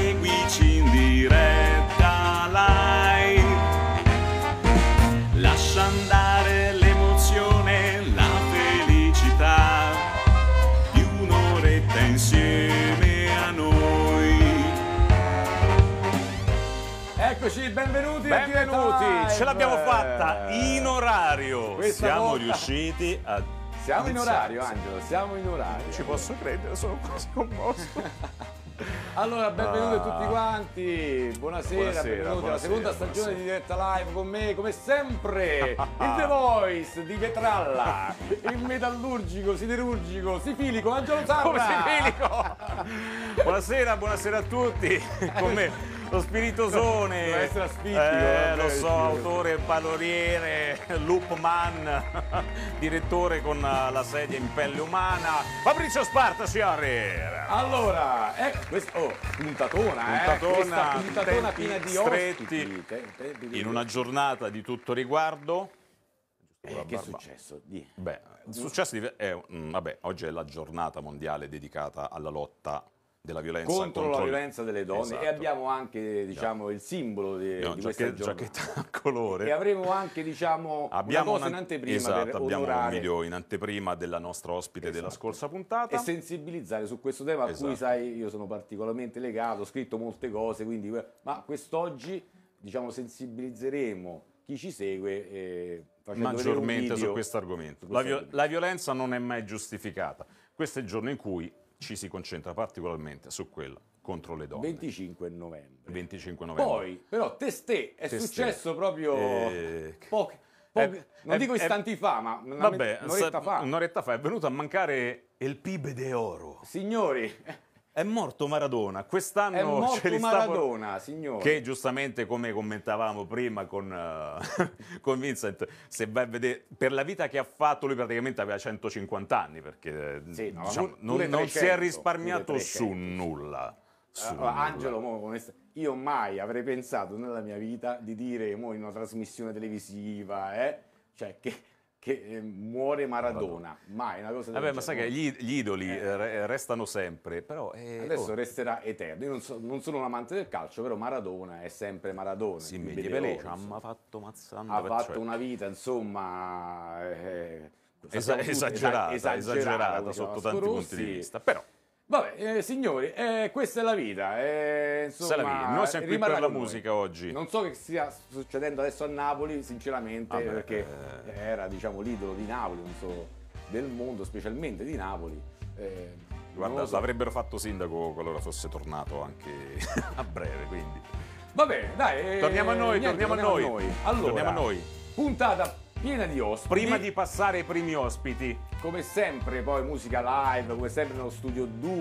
seguici in diretta live. Lascia andare l'emozione, la felicità di un'oretta insieme a noi. Eccoci, benvenuti. Benvenuti, ce l'abbiamo fatta in orario. Questa Siamo volta riusciti a... Siamo in iniziare. orario, Angelo, siamo in orario. Non ci posso credere, sono quasi commosso. Allora, benvenuti a tutti quanti. Buonasera, Buonasera, benvenuti alla seconda stagione buonasera. di Diretta Live con me, come sempre, il The Voice di Vetralla, il metallurgico, siderurgico, sifilico, Angelo Sarra. Come sifilico? Buonasera a tutti. Con me lo spiritosone. Deve essere aspittico, vabbè, lo so, sì. autore, paroliere, loopman, direttore con la sedia in pelle umana, Fabrizio Sparta, signori. Allora, puntatona, questa puntatona tempi piena di stretti, ospiti. Tempi di in una giornata di tutto riguardo. Che è successo? Beh, il successo vabbè, oggi è la giornata mondiale dedicata alla lotta della violenza contro la violenza delle donne, Esatto. e abbiamo anche, diciamo, il simbolo di questa giornata. Giacchetta a colore. E avremo anche, diciamo, una cosa in anteprima per abbiamo onorare un video in anteprima della nostra ospite della scorsa puntata. e sensibilizzare su questo tema a cui, sai, io sono particolarmente legato, ho scritto molte cose, quindi, ma quest'oggi, diciamo, sensibilizzeremo chi ci segue facendo vedere un Maggiormente video su questo argomento. su La violenza non è mai giustificata. Questo è il giorno in cui ci si concentra particolarmente su quella contro le donne. 25 novembre. 25 novembre. Poi, però, è Testè. successo proprio pochi, non dico istanti fa, ma un'oretta fa. Un'oretta fa è venuto a mancare il PIB de oro. Signori, È morto Maradona. Quest'anno è morto ce li sta Maradona, signori. Che giustamente, come commentavamo prima con Vincent, se vai a vedere, per la vita che ha fatto, lui praticamente aveva 150 anni, perché Sì, no, diciamo, pure non 300, si è risparmiato pure su 300. nulla. Angelo, io mai avrei pensato nella mia vita di dire in una trasmissione televisiva, cioè che muore Maradona. Mai una cosa del Vabbè, ma genere. sai che gli idoli restano sempre, però... Adesso resterà eterno. Io non sono un amante del calcio, però Maradona è sempre Maradona. Sì, il mi Bede dice, Oro, ha fatto mazzando ha per fatto cioè. una vita, insomma, Esagerata diciamo, sotto a tanti Scorossi. punti di vista, però... Vabbè, signori, questa è la vita. Insomma, Questa è la vita. Noi siamo qui rimarrà per la con noi. musica oggi. Non so che stia succedendo adesso a Napoli, sinceramente, Vabbè, perché era, diciamo, l'idolo di Napoli, non so, del mondo, specialmente di Napoli. Non Guarda, lo so. l'avrebbero fatto sindaco qualora fosse tornato anche a breve, quindi... Va bene, dai. Torniamo a noi, torniamo a noi. Allora, Torniamo a noi. puntata piena di ospiti. Prima di passare ai primi ospiti, Come sempre, poi musica live, come sempre nello studio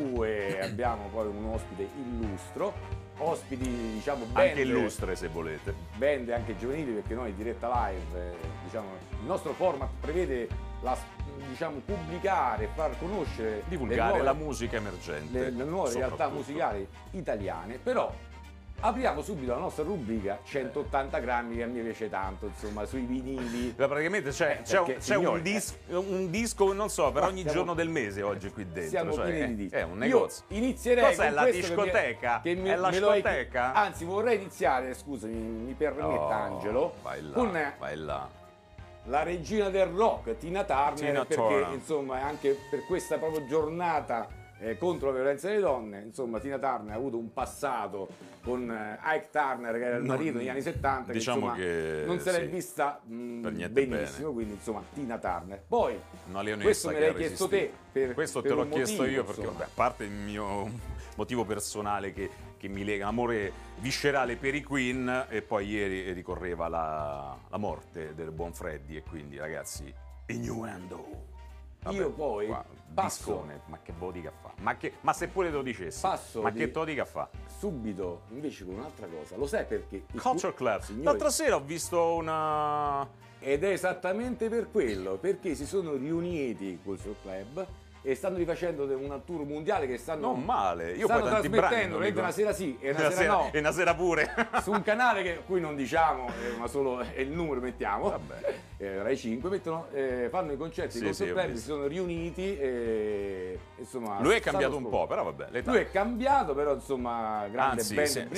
2 abbiamo poi un ospite illustro, ospiti, diciamo, band, anche illustre se volete. band anche giovanili, perché noi diretta live, diciamo, il nostro format prevede diciamo, pubblicare, far conoscere Divulgare la musica emergente. le nuove realtà soprattutto. musicali italiane, però apriamo subito la nostra rubrica 180 grammi, che a me piace tanto, insomma, sui vinili. Praticamente c'è perché, signori, un disco, non so, per ma ogni siamo- giorno del mese oggi qui dentro. Siamo cioè, pieni di dischi. è un negozio. Io inizierei Cos'è con la questo discoteca? che È la me lo hai- discoteca? Anzi, vorrei iniziare, scusami, mi permetta, Oh, Angelo, vai là, con vai là. la regina del rock, Tina Turner, Tina perché Turner. insomma anche per questa proprio giornata contro la violenza delle donne, insomma, Tina Turner ha avuto un passato con Ike Turner, che era il marito negli anni 70, diciamo che, che insomma, non se l'è sì, vista per niente benissimo, bene. quindi insomma Tina Turner. Poi Una leonessa questo me che l'hai ha chiesto resistito. te, Questo per te l'ho un chiesto motivo, io perché, insomma. vabbè, a parte il mio motivo personale che mi lega, amore viscerale per i Queen, e poi ieri ricorreva la morte del buon Freddy, e quindi, ragazzi, innuendo. Vabbè, Io poi qua, passo- discone, ma che bodica fa? Ma se pure te lo dicessi, Passo ma di- che bodica fa? subito invece con un'altra cosa. Lo sai perché? Culture Club. Signori, L'altra sera ho visto una... ed è esattamente per quello, perché si sono riuniti col suo club e stanno rifacendo una tour mondiale che stanno Non male, io stanno poi tanti brani trasmettendo, non li una conosco. sera sì e una sera no, E una sera pure. su un canale che qui non diciamo, ma solo è il numero mettiamo. Vabbè. Rai 5, fanno i concerti con sì, Club, si sono riuniti e insomma... Lui è cambiato un po', però vabbè, l'età. Lui è cambiato, però insomma, grande Anzi, band,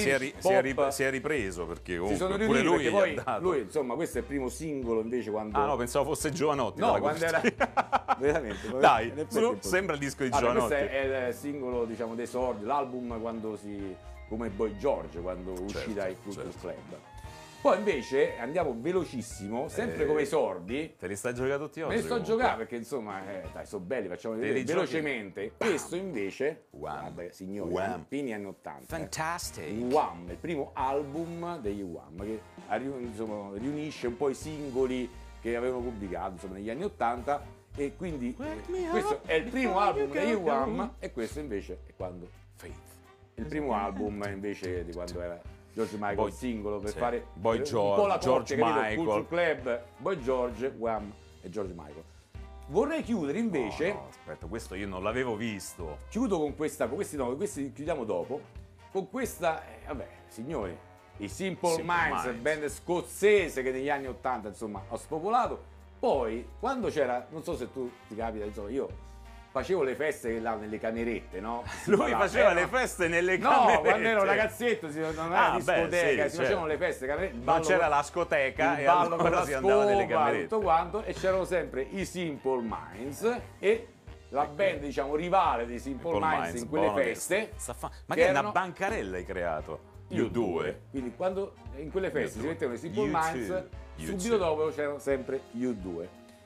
si è ripreso, perché si comunque sono pure riuniti lui perché gli poi ha dato. lui, insomma, questo è il primo singolo invece quando... Ah no, pensavo fosse Giovanotti. No, dalla quando era... copertina. Veramente. Dai, in effetti è un po' sembra il disco di Vabbè, Giovanotti. questo è il singolo, diciamo, d'esordio, l'album quando si... come Boy George, quando uscì dai Culture Club. Poi invece andiamo velocissimo, sempre come esordi. Te li stai giocando tutti oggi? Me li sto comunque. giocando perché insomma, dai, sono belli, facciamo vedere velocemente. Questo invece, guarda signori, fine anni 80. Fantastic. Wham, il primo album degli Wham, che insomma, riunisce un po' i singoli che avevano pubblicato insomma, negli anni 80 e quindi questo è il primo album degli Wham e questo invece è quando Faith. Il primo album invece di quando era George Michael singolo per fare Boy un George, po' la George coppia, Michael. Culture Club, Boy George, Wham e George Michael. Vorrei chiudere invece, No, aspetta, questo io non l'avevo visto. chiudo con questa, con questi chiudiamo dopo, con questa, vabbè, signori, i Simple Minds, band scozzese che negli anni 80 insomma ha spopolato. Poi quando c'era, non so se tu ti capita, insomma io facevo le feste là nelle camerette, no? Lui faceva le feste nelle camerette. No, quando ero ragazzetto non era discoteca, si facevano le feste, camerette, non c'era la scoteca il e ballo con allora la si andava nelle scopa, camerette. tutto quanto, e c'erano sempre i Simple Minds e la band, diciamo, rivale dei Simple Minds in quelle feste. Ma che è una bancarella hai creato? U2. Quindi quando in quelle feste si mettevano i Simple Minds, subito U2. dopo c'erano sempre U2.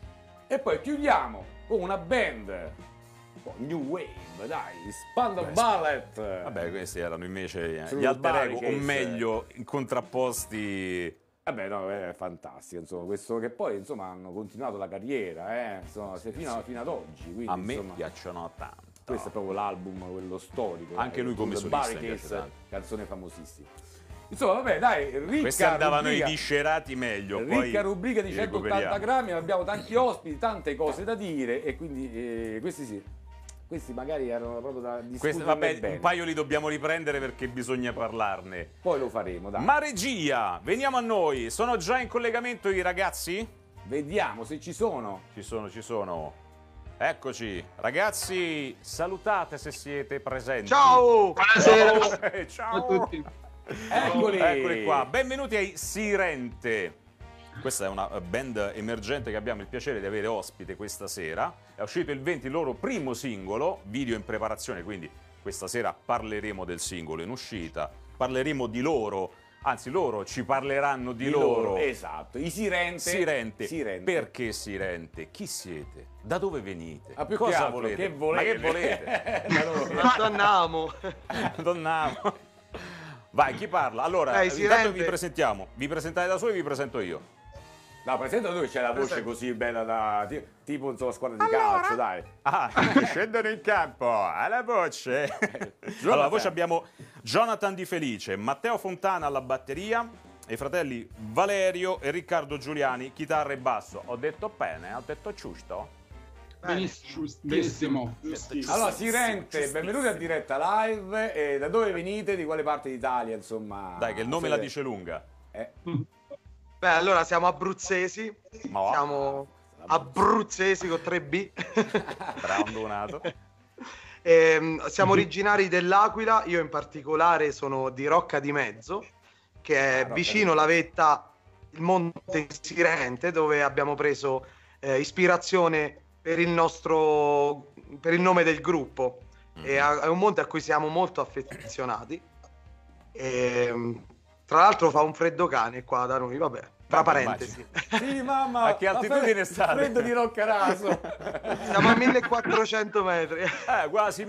E poi chiudiamo con una band un po' new wave, dai, Spandau Ballet. Vabbè, questi erano invece Sono gli alter ego, o Barricades. meglio, contrapposti. Vabbè, no, è fantastico, insomma, questo che poi, insomma, hanno continuato la carriera, insomma, fino ad oggi. Quindi, A me insomma, piacciono tanto. questo è proprio l'album, quello storico. Anche dai, lui come The solista mi Barricades, piace tanto. canzone famosissima. Insomma, vabbè, dai, Questi ricca andavano rubrica, i viscerati meglio. Poi ricca rubrica di li 180 recuperiamo. grammi, abbiamo tanti ospiti, tante cose da dire e quindi questi sì, questi magari erano proprio da discutere Questi, vabbè, bene. un paio li dobbiamo riprendere perché bisogna parlarne. Poi lo faremo, dai. Ma regia, veniamo a noi. Sono già in collegamento i ragazzi? Vediamo se ci sono. Ci sono. Eccoci. Ragazzi, salutate se siete presenti. Ciao! Ciao! Ciao a tutti. Eccoli qua. Benvenuti ai Sirente. Questa è una band emergente che abbiamo il piacere di avere ospite questa sera. È uscito il 20 il loro primo singolo, video in preparazione, quindi questa sera parleremo del singolo in uscita, parleremo di loro, anzi loro ci parleranno di loro. Esatto, i Sirente. Perché Sirente? Chi siete? Da dove venite? Ah, più che Cosa altro, volete? che volete? Ma che volete? Da dove? Madonnamo. Donnamo. Vai, chi parla? Allora, intanto Sirente. vi presentiamo. Vi presentate da soli e vi presento io. No, presenta dove c'è la voce così bella da tipo insomma squadra di calcio, dai. Ah, scendono in campo, alla voce. Allora, voce abbiamo Jonathan Di Felice, Matteo Fontana alla batteria e i fratelli Valerio e Riccardo Giuliani, chitarra e basso. Ho detto bene? Ho detto giusto? Benissimo. Allora, Sirente, benvenuti a diretta live. E da dove venite? Di quale parte d'Italia, insomma? Dai, che il nome la dice lunga. Beh, allora siamo abruzzesi. Ma va. Siamo abruzzesi con 3B. Brandonato. Siamo originari dell'Aquila, io in particolare sono di Rocca di Mezzo, che è vicino la vetta, il Monte Sirente, dove abbiamo preso ispirazione per il nome del gruppo. È un monte a cui siamo molto affezionati. Tra l'altro fa un freddo cane qua da noi, vabbè, tra parentesi. Sì, mamma. A che altitudine state? Freddo di Roccaraso. Siamo a 1400 metri. Quasi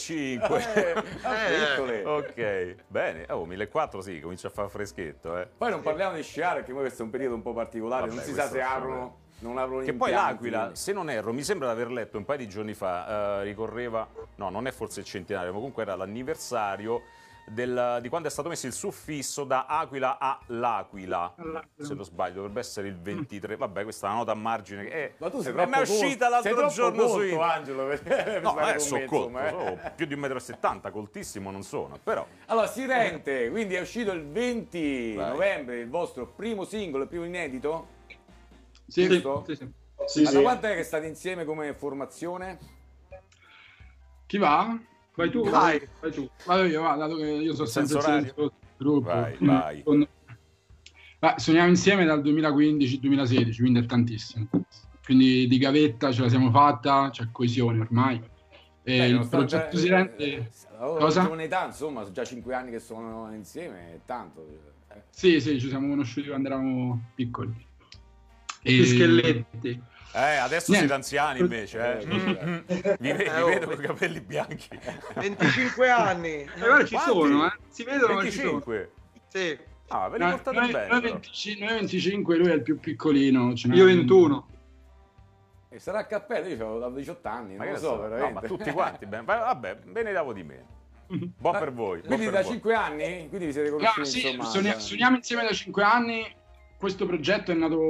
1500. Ok, bene. 1400 sì, comincia a fare freschetto. Poi non parliamo di sciare, perché questo è un periodo un po' particolare, Vabbè, non si sa se questo aprono, non aprono Che poi impianti, l'Aquila, quindi. se non erro, mi sembra di aver letto un paio di giorni fa, ricorreva, no, non è forse il centenario, ma comunque era l'anniversario di quando è stato messo il suffisso da Aquila a L'Aquila, se non sbaglio, dovrebbe essere il 23. Vabbè, questa è una nota a margine che Ma tu sei mi è troppo uscita colto, sei l'altro troppo giorno colto, su Angelo, per No, stare con sono me, colto, insomma, sono più di 1,70 m, coltissimo non sono, però. Allora, Sirente, quindi è uscito il 20 Vai. novembre il vostro primo singolo, il primo inedito? Sì, giusto? sì. Sì, Ma da sì. quanto è che state insieme come formazione? Chi va? Vai tu. Vai. Vai tu. Vado io, va, dato che io sono In sempre senso il silenzioso del gruppo. Vai. Suoniamo insieme dal 2015-2016, quindi è tantissimo. Quindi di gavetta ce la siamo fatta, c'è coesione ormai. E il progetto Sirente... Cosa? Giovane età, insomma, sono già 5 anni che sono insieme, è tanto. Sì, ci siamo conosciuti quando eravamo piccoli. Gli scheletti. Adesso Niente. siete anziani invece, Vi vedo con i capelli bianchi. 25 anni. Guarda, ci Quanti? sono, si vedono, ma ci sono. 25. Sì. Ah, ve li portate Noi bene. però. 25, lui è il più piccolino. ce n'è Io un- 21. E sarà a cappello, io avevo da 18 anni, Ma non che lo so, ne so, veramente. no, ma tutti quanti, vabbè, bene davo di meno. Buon per voi. buon Quindi per da voi. 5 anni? Quindi vi siete No, conosciuti, sì, insomma... suoniamo insieme da 5 anni. Questo progetto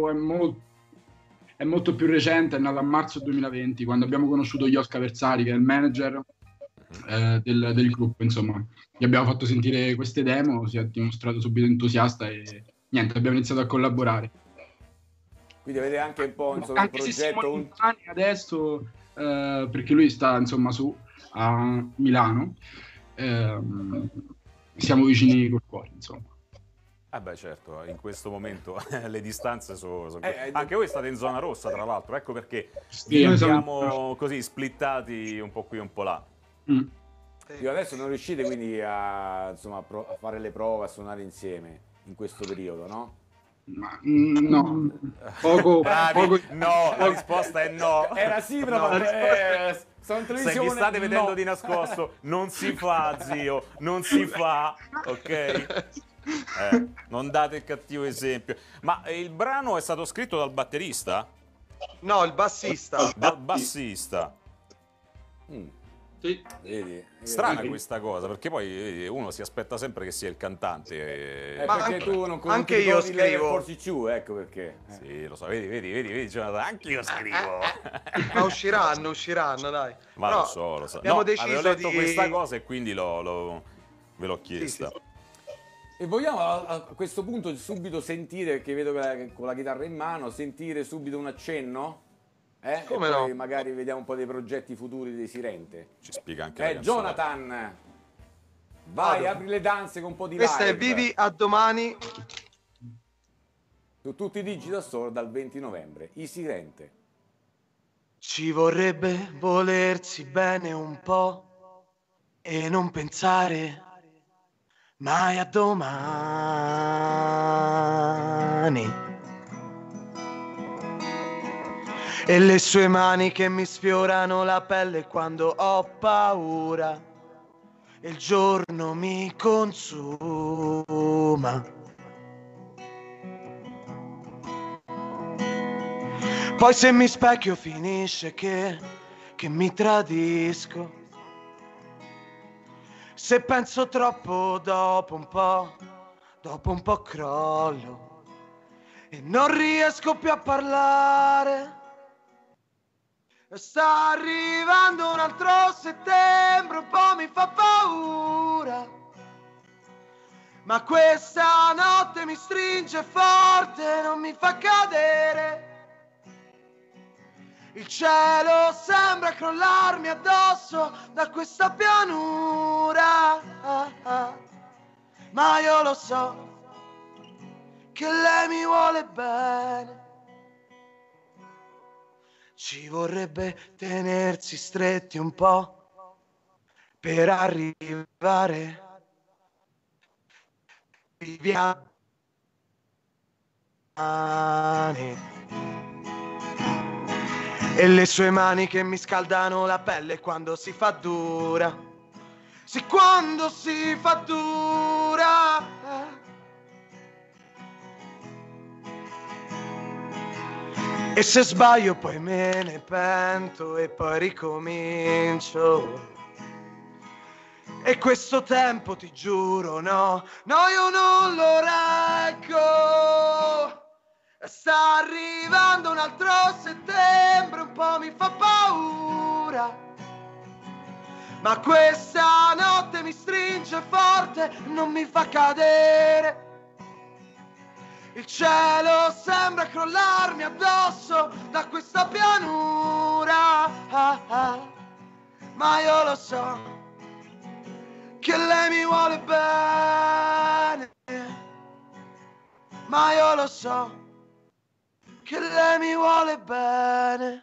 è molto più recente, è nato a marzo 2020, quando abbiamo conosciuto Josca Versari, che è il manager del gruppo. Insomma, gli abbiamo fatto sentire queste demo, si è dimostrato subito entusiasta e niente, abbiamo iniziato a collaborare. Quindi avete anche un po', insomma, un Anche se siamo progetto... lontani adesso, perché lui sta insomma su a Milano, siamo vicini col cuore, insomma. Certo, in questo momento le distanze sono... Eh, Anche voi state in zona rossa, tra l'altro, ecco perché Sì, noi siamo così splittati un po' qui e un po' là. Io adesso non riuscite quindi a, insomma, a fare le prove, a suonare insieme in questo periodo, no? Ma, no, Poco, Bravi, no, la risposta è no. Era sì, però sono in Se televisione, vi state vedendo no. di nascosto, non si fa, zio, non si fa, ok? Non date il cattivo esempio. Ma il brano è stato scritto dal batterista? No, il bassista. Dal bassista. Sì. Vedi? Strana questa cosa, perché poi vedi, uno si aspetta sempre che sia il cantante. Ma Ma perché tu non anche ti io ricordi Level scrivo. 42, ecco perché. Sì, lo so, vedi, Jonathan, anche io scrivo. Ma usciranno, dai. Ma Però lo so. Abbiamo No, deciso avevo letto di... questa cosa e quindi ve l'ho chiesta. sì. E vogliamo a questo punto subito sentire, che vedo che con la chitarra in mano, sentire subito un accenno? Come e no? poi magari vediamo un po' dei progetti futuri dei Sirente. Ci spiega anche la canzone. Jonathan, vai, Vado. apri le danze con un po' di Questa live. è Vivi a domani. Su tutti i Digital Store dal 20 novembre. I Sirente. Ci vorrebbe volersi bene un po' e non pensare mai a domani. E le sue mani che mi sfiorano la pelle quando ho paura e il giorno mi consuma. Poi se mi specchio finisce che mi tradisco. Se penso troppo dopo un po' crollo e non riesco più a parlare. Sta arrivando un altro settembre, un po' mi fa paura, ma questa notte mi stringe forte, non mi fa cadere. Il cielo sembra crollarmi addosso da questa pianura, ma io lo so che lei mi vuole bene. Ci vorrebbe tenersi stretti un po' per arrivare via. E le sue mani che mi scaldano la pelle quando si fa dura. Sì, quando si fa dura. E se sbaglio poi me ne pento e poi ricomincio. E questo tempo ti giuro no, io non lo reggo. Sta arrivando un altro settembre, un po' mi fa paura, ma questa notte mi stringe forte, non mi fa cadere. Il cielo sembra crollarmi addosso da questa pianura, ma io lo so che lei mi vuole bene, ma io lo so che lei mi vuole bene.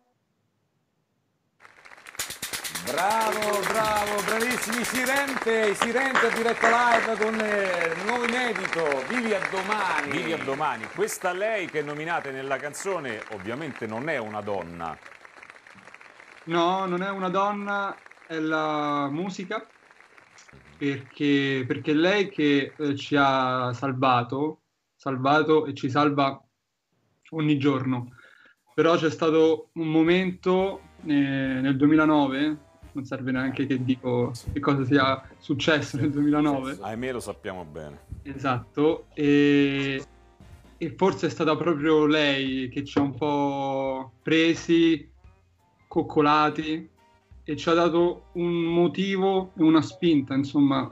Bravo, bravissimi. I Sirente diretta live con il nuovo inedito, Vivi a domani. Vivi a domani. Questa lei che nominate nella canzone ovviamente non è una donna. No, non è una donna, è la musica, perché è lei che ci ha salvato e ci salva ogni giorno. Però c'è stato un momento nel 2009, non serve neanche che dico che cosa sia successo nel 2009. Ahimè, lo sappiamo bene. Esatto, e forse è stata proprio lei che ci ha un po' presi, coccolati, e ci ha dato un motivo e una spinta, insomma,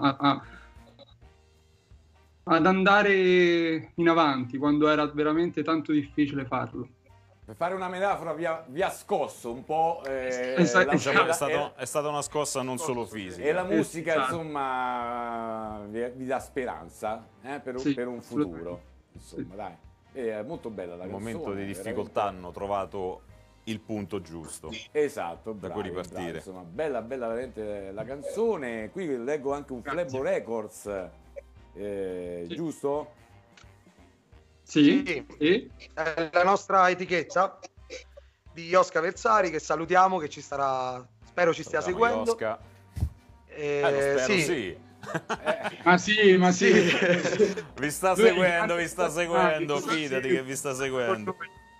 ad andare in avanti quando era veramente tanto difficile farlo. Per fare una metafora vi ha scosso un po'. Esatto. Diciamo che è stata una scossa non solo fisica. E la musica, Esatto. insomma, vi dà speranza per un futuro. Insomma, dai. È molto bella la In un canzone. momento di difficoltà veramente. hanno trovato il punto giusto. Esatto, da bravi, cui ripartire. bravi, insomma, bella veramente la canzone. Qui leggo anche un Flebo Records, giusto? Sì, Sì. sì. È la nostra etichetta di Oscar Versari, che salutiamo, che ci starà, spero ci stia Salutiamo seguendo. Iosca. Eh, Lo spero, sì. sì. Ma sì. Vi sta Lui è seguendo, vi sta seguendo, sì. fidati che vi sta seguendo.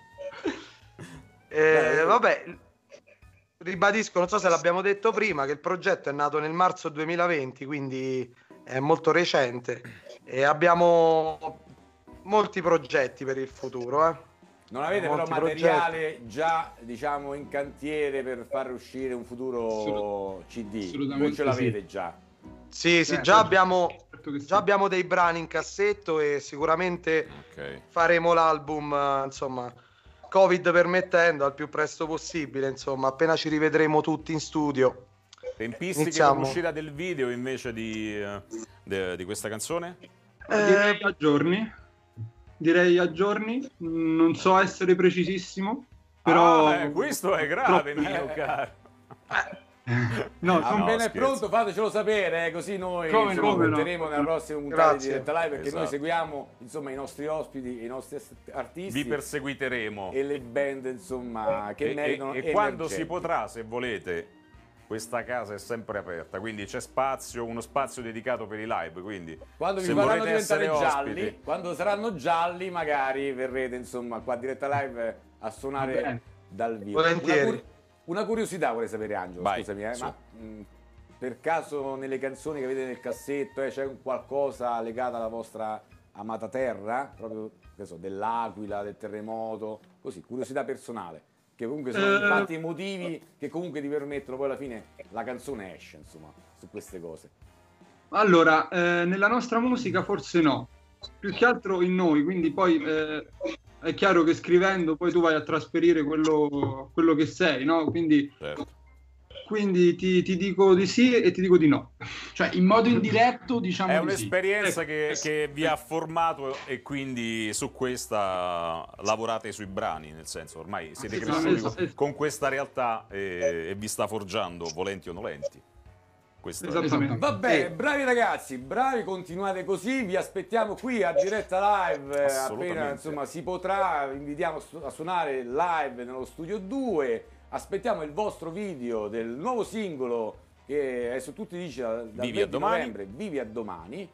Vabbè, ribadisco, non so se l'abbiamo detto prima, che il progetto è nato nel marzo 2020, quindi è molto recente, e abbiamo molti progetti per il futuro. Non avete però Molti materiale già, diciamo, in cantiere per far uscire un futuro CD? Assolutamente Voi ce l'avete sì. già? Sì, Certo. già abbiamo, Certo che sì. già abbiamo dei brani in cassetto e sicuramente Ok. faremo l'album, insomma, Covid permettendo, al più presto possibile, insomma, appena ci rivedremo tutti in studio. Tempistiche Iniziamo. per l'uscita del video invece di questa canzone? Direi a giorni. Direi a giorni. Non so essere precisissimo, però... Questo è grave, Troppo- mio caro. No, Ah, sono no, Appena è scherzo. pronto fatecelo sapere, così noi Come no? metteremo nella prossima puntata Grazie. di diretta live, perché Esatto. noi seguiamo, insomma, i nostri ospiti, i nostri artisti Vi perseguiteremo. e le band, insomma, che meritano e quando emergenti. si potrà, se volete, questa casa è sempre aperta, quindi c'è spazio, uno spazio dedicato per i live, quindi Quando vi se faranno volete diventare essere gialli, ospiti, quando saranno gialli, magari verrete, insomma, qua a diretta live a Va suonare bene. dal vivo. Volentieri. Una curiosità vorrei sapere, Angelo, Vai, scusami, su. ma per caso nelle canzoni che avete nel cassetto c'è un qualcosa legato alla vostra amata terra? Proprio, che so, dell'Aquila, del terremoto, così, curiosità personale, che comunque sono i fatti emotivi che comunque ti permettono poi alla fine la canzone esce, insomma, su queste cose. Allora, nella nostra musica forse no, più che altro in noi, quindi poi è chiaro che scrivendo poi tu vai a trasferire quello che sei, no? Quindi ti dico di sì e ti dico di no. Cioè, in modo indiretto, diciamo è di sì. un'esperienza che vi ha formato e quindi su questa lavorate sui brani, nel senso ormai siete cresciuti con questa realtà e vi sta forgiando, volenti o nolenti. Questo è- Esattamente. Va bene, bravi ragazzi, bravi, continuate così, vi aspettiamo qui a diretta live, Assolutamente. appena insomma si potrà, invitiamo a suonare live nello studio 2, aspettiamo il vostro video del nuovo singolo che adesso tutti dici dal Vivi 20 a domani. novembre, Vivi a domani,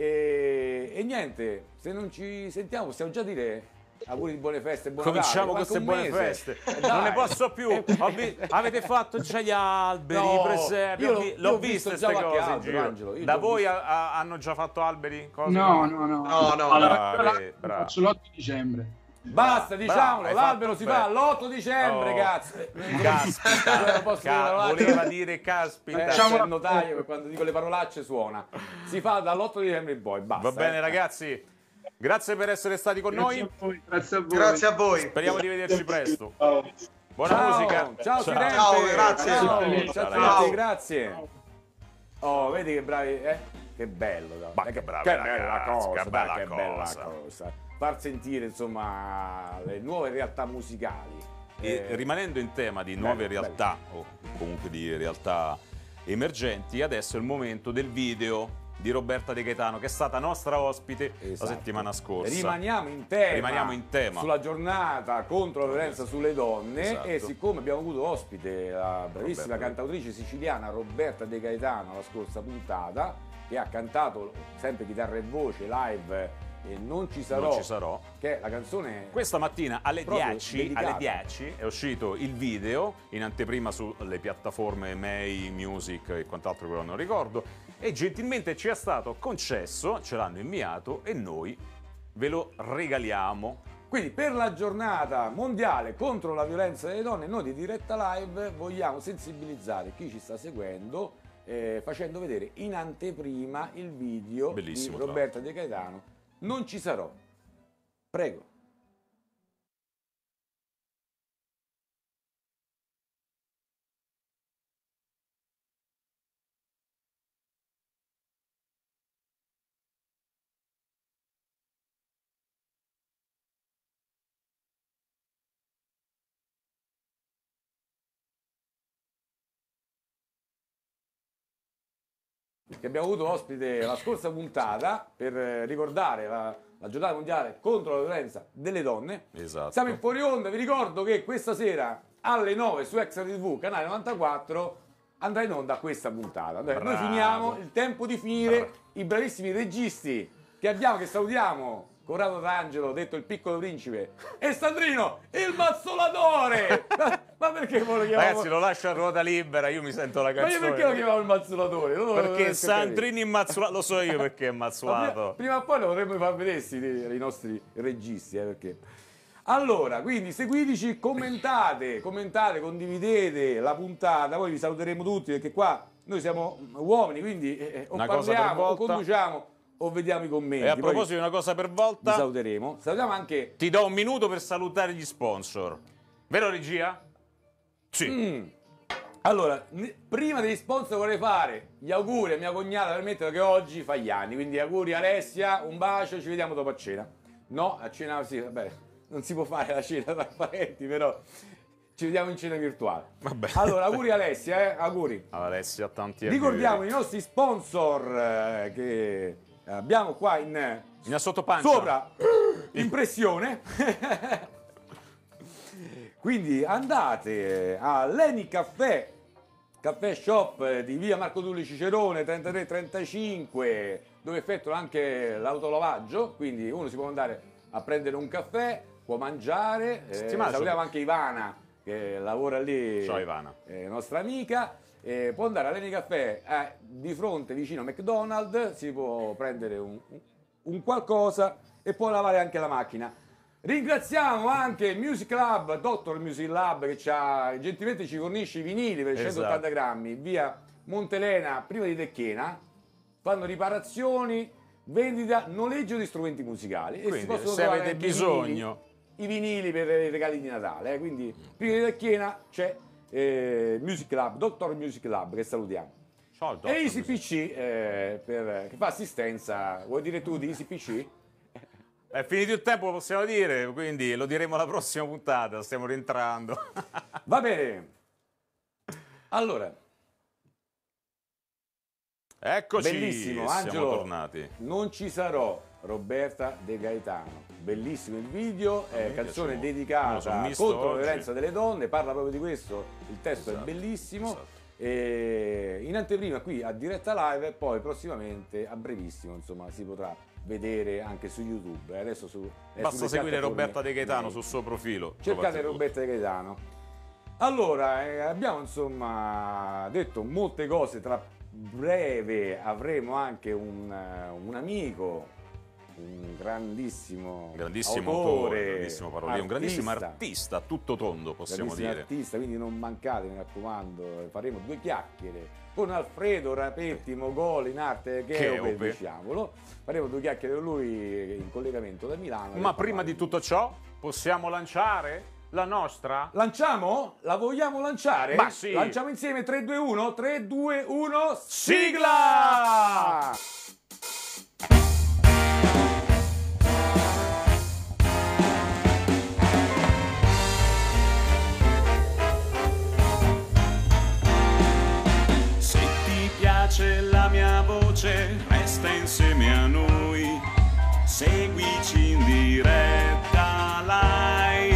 e niente, se non ci sentiamo possiamo già dire auguri di buone feste, buon Cominciamo Natale, con manca queste un buone mese. feste. Non ne posso più. Avete fatto già gli alberi, No, presepi. io L'ho ho viste visto già queste qualche cose in albero, giro. Angelo, io Da già ho voi visto. hanno già fatto alberi? Cose? No. No. Allora, Bravi, io bravi. faccio l'8 dicembre. Basta, diciamolo, hai l'albero fatto si fa bene. l'8 dicembre, Oh, cazzo. Caspita, Non posso dire parolacce. voleva dire caspita. C'è il notaio che quando dico le parolacce suona. Si fa dall'8 dicembre in poi, basta. Va bene eh. ragazzi, Grazie per essere stati con noi. Grazie a voi. Grazie a voi. Speriamo di vederci presto. Ciao. Buona Ciao, musica. ciao Firenze. Ciao, grazie. Ciao, Ciao, ciao, ciao. grazie. Oh, vedi che bravi, Che bello, dai. Ma che bravi che ragazzi, bella cosa, che dai, bella che bella cosa. cosa. Far sentire, insomma, le nuove realtà musicali. E rimanendo in tema di nuove bello, realtà, o comunque di realtà emergenti, adesso è il momento del video di Roberta De Gaetano, che è stata nostra ospite Esatto. la settimana scorsa. Rimaniamo in tema Sulla sulla giornata contro la violenza sulle donne, Esatto. e siccome abbiamo avuto ospite la bravissima Roberta. cantautrice siciliana Roberta De Gaetano la scorsa puntata, che ha cantato sempre chitarra e voce live Non ci sarò, che è la canzone Questa mattina alle proprio 10, è uscito il video in anteprima sulle piattaforme May, Music e quant'altro che non ricordo, e gentilmente ci è stato concesso, ce l'hanno inviato e noi ve lo regaliamo. Quindi per la giornata mondiale contro la violenza delle donne, noi di Diretta Live vogliamo sensibilizzare chi ci sta seguendo facendo vedere in anteprima il video Bellissimo, di Roberta De Gaetano, Non ci sarò. Prego. Che abbiamo avuto ospite la scorsa puntata per ricordare la giornata mondiale contro la violenza delle donne. Esatto. Siamo in fuori onda, vi ricordo che questa sera alle 9 su Extra TV, canale 94, andrà in onda questa puntata. Noi Bravo. finiamo, il tempo di finire, i bravissimi registi che abbiamo, che salutiamo, Corrado D'Angelo, detto il piccolo principe, e Sandrino, il mazzolatore! Ma perché lo chiamavo? Ragazzi, lo lascio a ruota libera, io mi sento la Ma io canzone. perché lo chiamavo il mazzolatore? Non lo Perché riesco a capire. Sandrino immazzolato, lo so io perché è Ma immazzolato. prima o poi lo potremmo far vedere i nostri registi, perché. Allora, quindi seguiteci, commentate, condividete la puntata, poi vi saluteremo tutti perché qua noi siamo uomini, quindi o Una cosa per parliamo, o volta. conduciamo, o vediamo i commenti. E a Poi proposito di una cosa per vi volta, saluteremo. Salutiamo anche ti do un minuto per salutare gli sponsor. Vero regia? Sì. Allora, prima degli sponsor vorrei fare gli auguri a mia cognata, permettetelo, che oggi fa gli anni, quindi auguri Alessia, un bacio, ci vediamo dopo a cena. No, a cena sì, vabbè, non si può fare la cena tra parenti, però ci vediamo in cena virtuale. Vabbè. Allora, auguri Alessia, auguri. Alessia, tanti Ricordiamo i nostri sponsor che abbiamo qua in sottopancia. sopra impressione. Quindi andate a Leni Caffè Shop di via Marco Tulli Cicerone 3335, dove effettuano anche l'autolavaggio, quindi uno si può andare a prendere un caffè, può mangiare. Salutiamo anche Ivana che lavora lì. Ciao Ivana. Nostra amica. Può andare a Leni Caffè di fronte vicino a McDonald's, si può prendere un qualcosa e può lavare anche la macchina. Ringraziamo anche Music Lab, Dottor Music Lab, che gentilmente ci fornisce i vinili per 180 grammi, via Montelena, prima di Tecchena. Fanno riparazioni, vendita, noleggio di strumenti musicali. Quindi, e si possono se trovare avete anche bisogno, i vinili per i regali di Natale. Quindi prima di Tecchena c'è Music Lab, Dottor Music Lab, che salutiamo. Ciao, Dottor E Easy PC, che fa assistenza. Vuoi dire tu di Easy PC? È finito il tempo, possiamo dire, quindi lo diremo alla prossima puntata, stiamo rientrando. Va bene. Allora, Eccoci, bellissimo, siamo Angelo. tornati. Non ci sarò, Roberta De Gaetano. Bellissimo il video, mi canzone piace molto. Me lo dedicata son visto contro la oggi. violenza delle donne, parla proprio di questo, il testo Esatto, è bellissimo. esatto. E in anteprima qui a Diretta Live e poi prossimamente a brevissimo, insomma, si potrà vedere anche su YouTube. Adesso è Basta sulle seguire piattaforme Roberta De Gaetano mail. sul suo profilo. Cercate trovate Roberta De Gaetano. Allora, abbiamo insomma detto molte cose, tra breve avremo anche un amico un grandissimo autore, autore, grandissimo paroliere, un grandissimo artista a tutto tondo, possiamo dire. Artista, quindi non mancate, mi raccomando, faremo 2 chiacchiere con Alfredo Rapetti, Mogol in arte Cheope, diciamolo. Faremo 2 chiacchiere con lui in collegamento da Milano. Ma prima di tutto ciò, possiamo lanciare la nostra? Lanciamo? La vogliamo lanciare? Ma sì! Lanciamo insieme 3, 2, 1, 3, 2, 1, sigla! Se ti piace la mia voce, resta insieme a noi, seguici in diretta live,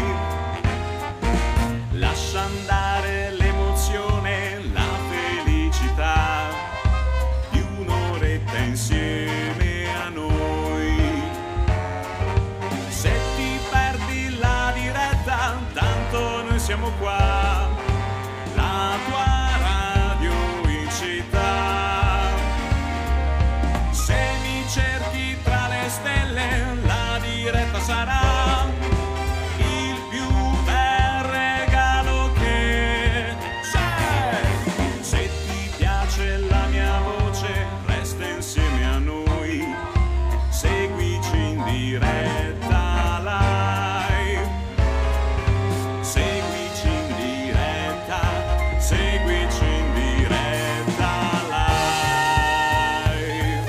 lascia andare l'emozione, la felicità, di un'oretta insieme a noi. Se ti perdi la diretta, tanto noi siamo qua, la tua radio in città. Se mi cerchi tra le stelle, la diretta sarà il più bel regalo che c'è. Se ti piace la mia voce, resta insieme a noi, seguici in diretta live, seguici in diretta, seguici in diretta live.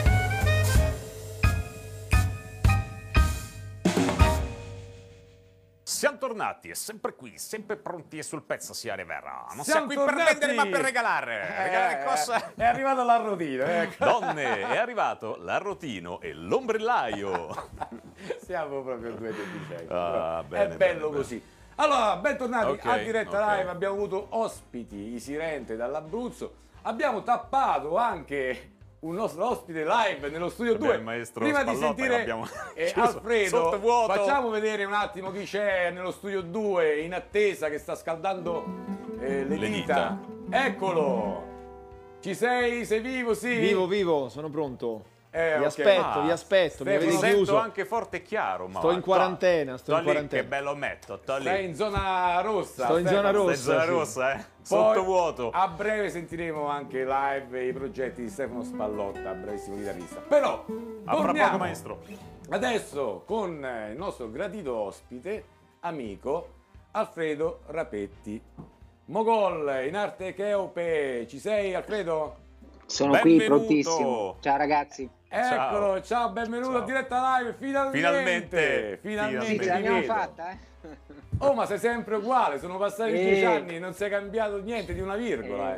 Siamo tornati e sempre qui, sempre pronti e sul pezzo sia Rivera. Non Siamo siamo qui per tornati! vendere ma per regalare. Regalare cosa? È arrivato l'arrotino, ecco. Donne, è arrivato l'arrotino e l'ombrellaio. Siamo proprio 2 deficienti. Ah, bene, è bello bene, così. Allora, bentornati Ok, a diretta ok. live. Abbiamo avuto ospiti, i Sirente dall'Abruzzo. Abbiamo tappato anche un nostro ospite live nello studio Vabbè, 2. il maestro Prima di Spallotta sentire l'abbiamo chiuso Alfredo, sottovuoto. facciamo vedere un attimo chi c'è nello studio 2 in attesa, che sta scaldando le dita. Eccolo! Ci sei? Sei vivo? Sì? Vivo, sono pronto. Vi ok. aspetto, vi aspetto, mi Stefano, avete Sento chiuso. anche forte e chiaro. Ma Sto in quarantena, sto in lì, quarantena. che bello metto, sto lì. Sei in zona rossa. Sto in Stefano. zona rossa. Stai in zona sì. rossa, Poi, sottovuoto. A breve sentiremo anche live i progetti di Stefano Spallotta, bravissimo chitarrista. Però, A fra torniamo poco, maestro. adesso con il nostro gradito ospite, amico, Alfredo Rapetti. Mogol in arte Cheope. Ci sei, Alfredo? Sono qui Benvenuto. prontissimo. Ciao ragazzi. Eccolo, ciao, benvenuto Ciao. a diretta live, finalmente! Finalmente. Sì, ti ce l'abbiamo vedo. fatta, Oh, ma sei sempre uguale, sono passati 10 Eh. anni, non sei cambiato niente di una virgola.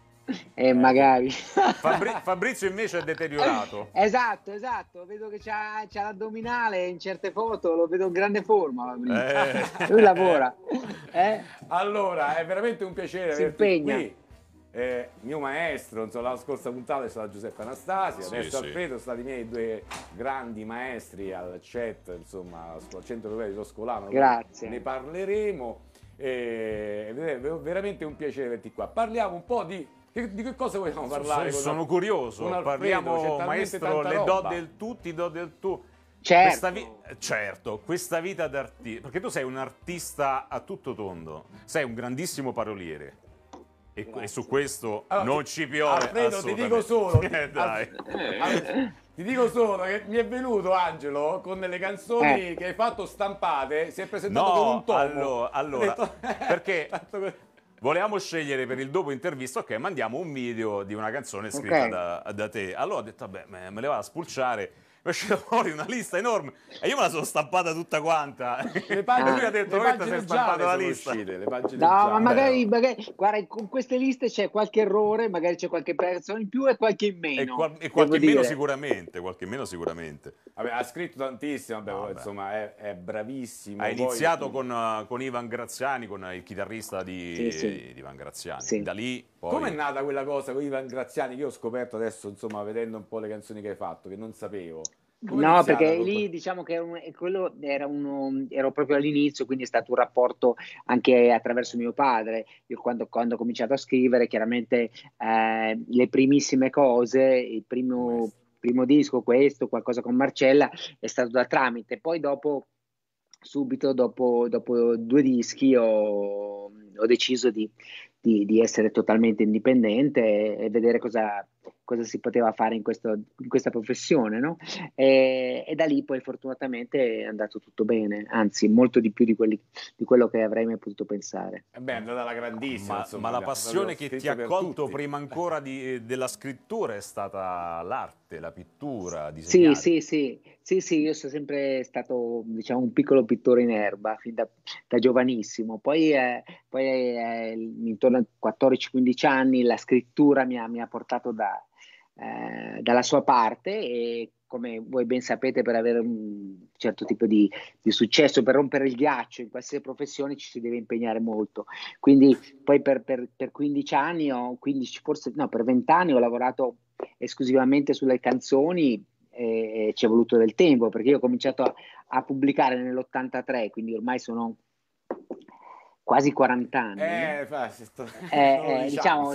magari. Fabrizio invece è deteriorato. Esatto, vedo che c'ha l'addominale in certe foto, lo vedo in grande forma. Fabrizio. Lui lavora. Allora, è veramente un piacere Si averti impegna. qui. Mio maestro, insomma, la scorsa puntata è stata Giuseppe Anastasia, Sì, adesso sì. Alfredo sono stati i miei 2 grandi maestri al CET, insomma, al Centro Europeo di Toscolano. Grazie. Ne parleremo. È veramente un piacere averti qua. Parliamo un po' di che cosa vogliamo parlare? Sono curioso. con Alfredo? C'è Parliamo, talmente maestro, tanta le roba. do del tu, ti do del tu. Certo. Certo, questa vita d'artista, perché tu sei un artista a tutto tondo, sei un grandissimo paroliere. E su questo Allora, non ci piove. Alfredo, ti dico assolutamente. solo, Dai. ti dico solo che mi è venuto Angelo con delle canzoni che hai fatto stampate, si è presentato con un tomo. allora, Ho detto, perché tanto que- volevamo scegliere per il dopo intervista, ok, mandiamo un video di una canzone scritta Ok. da te. Allora ho detto, vabbè, me le vado a spulciare. È uscita fuori una lista enorme e io me la sono stampata tutta quanta. le pagine, Lui ha detto, le "Questa pagine si è stampata gialle la sono lista." uscite, le pagine No, gialle. ma magari, guarda, con queste liste c'è qualche errore, magari c'è qualche persona in più e qualche in meno. E qualche devo meno dire. sicuramente, qualche meno sicuramente. Vabbè, ha scritto tantissimo, Vabbè. insomma è bravissimo. Ha Poi- iniziato con Ivan Graziani, con il chitarrista di Sì. Ivan Graziani. Sì. Da lì poi... Com'è nata quella cosa con Ivan Graziani che io ho scoperto adesso, insomma, vedendo un po' le canzoni che hai fatto, che non sapevo? Com'è No, iniziata perché quel- lì diciamo che ero proprio all'inizio, quindi è stato un rapporto anche attraverso mio padre. Io quando ho cominciato a scrivere, chiaramente le primissime cose, primo disco, questo, qualcosa con Marcella, è stato da tramite. Poi subito dopo 2 dischi ho deciso di essere totalmente indipendente e vedere cosa si poteva fare in questa professione, no? E da lì poi fortunatamente è andato tutto bene, anzi molto di più di quello che avrei mai potuto pensare. Beh, è andata alla grandissima. Ma la passione che ti ha colto prima ancora della scrittura è stata l'arte, la pittura, disegnare. Sì, io sono sempre stato, diciamo, un piccolo pittore in erba fin da giovanissimo. Poi intorno ai 14-15 anni la scrittura mi ha portato dalla sua parte, e come voi ben sapete, per avere un certo tipo di successo, per rompere il ghiaccio in qualsiasi professione ci si deve impegnare molto. Quindi poi per 15 anni per 20 anni ho lavorato esclusivamente sulle canzoni, e ci è voluto del tempo, perché io ho cominciato a pubblicare nell'83, quindi ormai sono quasi 40 anni. Diciamo,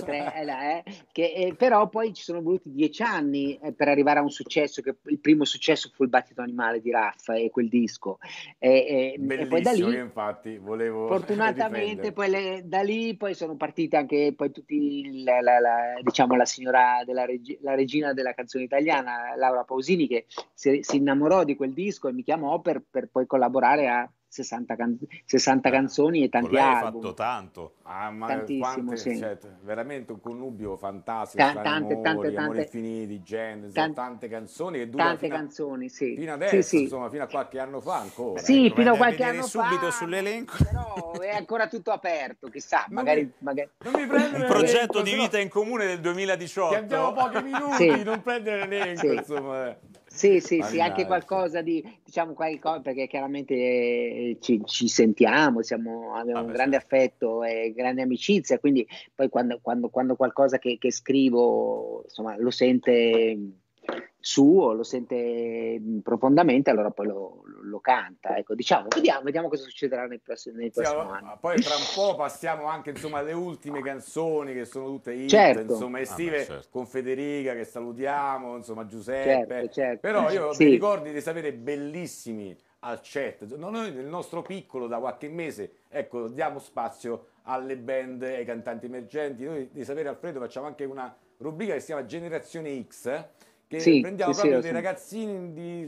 però poi ci sono voluti 10 anni per arrivare a un successo, che il primo successo fu Il battito animale di Raffa e quel disco. E poi da lì, infatti, volevo fortunatamente, poi da lì poi sono partite anche poi tutti diciamo la signora la regina della canzone italiana, Laura Pausini, che si innamorò di quel disco e mi chiamò per poi collaborare a 60 canzoni e tanti lei album. Hai fatto tanto. Tantissimo, sì. Veramente un connubio fantastico. Tante Amori infiniti, tante canzoni che durano sì. fino adesso, sì. insomma, fino a qualche anno fa ancora. Sì, fino a qualche anno subito fa, sull'elenco. Però è ancora tutto aperto, chissà, magari non mi prendere un progetto di vita in comune del 2018. Che abbiamo pochi minuti, non prendere l'elenco, insomma. Sì, anche qualcosa di, diciamo, perché chiaramente ci sentiamo, abbiamo un grande affetto e grande amicizia, quindi poi quando qualcosa che scrivo, insomma, lo sente suo, lo sente profondamente, allora poi lo canta. Ecco, diciamo, vediamo cosa succederà nei prossimi anni. Poi tra un po' passiamo anche, insomma, alle ultime canzoni, che sono tutte hit, certo. insomma, estive, certo. Con Federica, che salutiamo, insomma, Giuseppe. Certo. Però io mi ricordi di sapere bellissimi al chat. Noi nel nostro piccolo, da qualche mese, ecco, diamo spazio alle band e ai cantanti emergenti. Noi, di sapere, Alfredo, facciamo anche una rubrica che si chiama Generazione X, che prendiamo proprio dei ragazzini di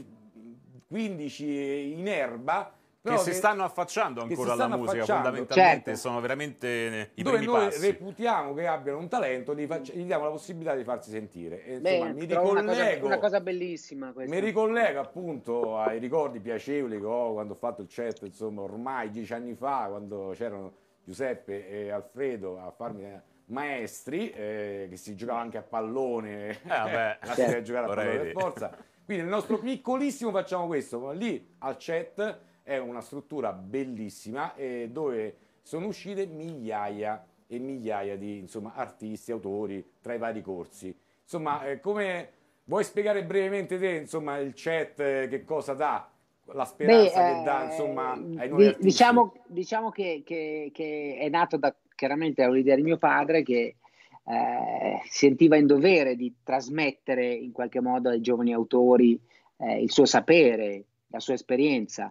15 in erba, che si stanno affacciando ancora alla musica, fondamentalmente, certo. Sono veramente i dove primi noi passi. reputiamo che abbiano un talento, gli diamo la possibilità di farsi sentire. E, insomma, mi ricollego, una cosa bellissima questa. Mi ricollego appunto ai ricordi piacevoli che ho quando ho fatto il chat, insomma, ormai 10 anni fa, quando c'erano Giuseppe e Alfredo a farmi maestri, che si giocava anche a pallone, la sera giocare a pallone per forza. Quindi nel nostro piccolissimo facciamo questo, ma lì al chat è una struttura bellissima, dove sono uscite migliaia e migliaia di, insomma, artisti, autori tra i vari corsi. Insomma, come vuoi spiegare brevemente te, insomma, il chat che cosa dà? La speranza che dà, insomma, ai nuovi artisti? Diciamo che è nato chiaramente da un'idea di mio padre, che sentiva in dovere di trasmettere in qualche modo ai giovani autori il suo sapere, la sua esperienza.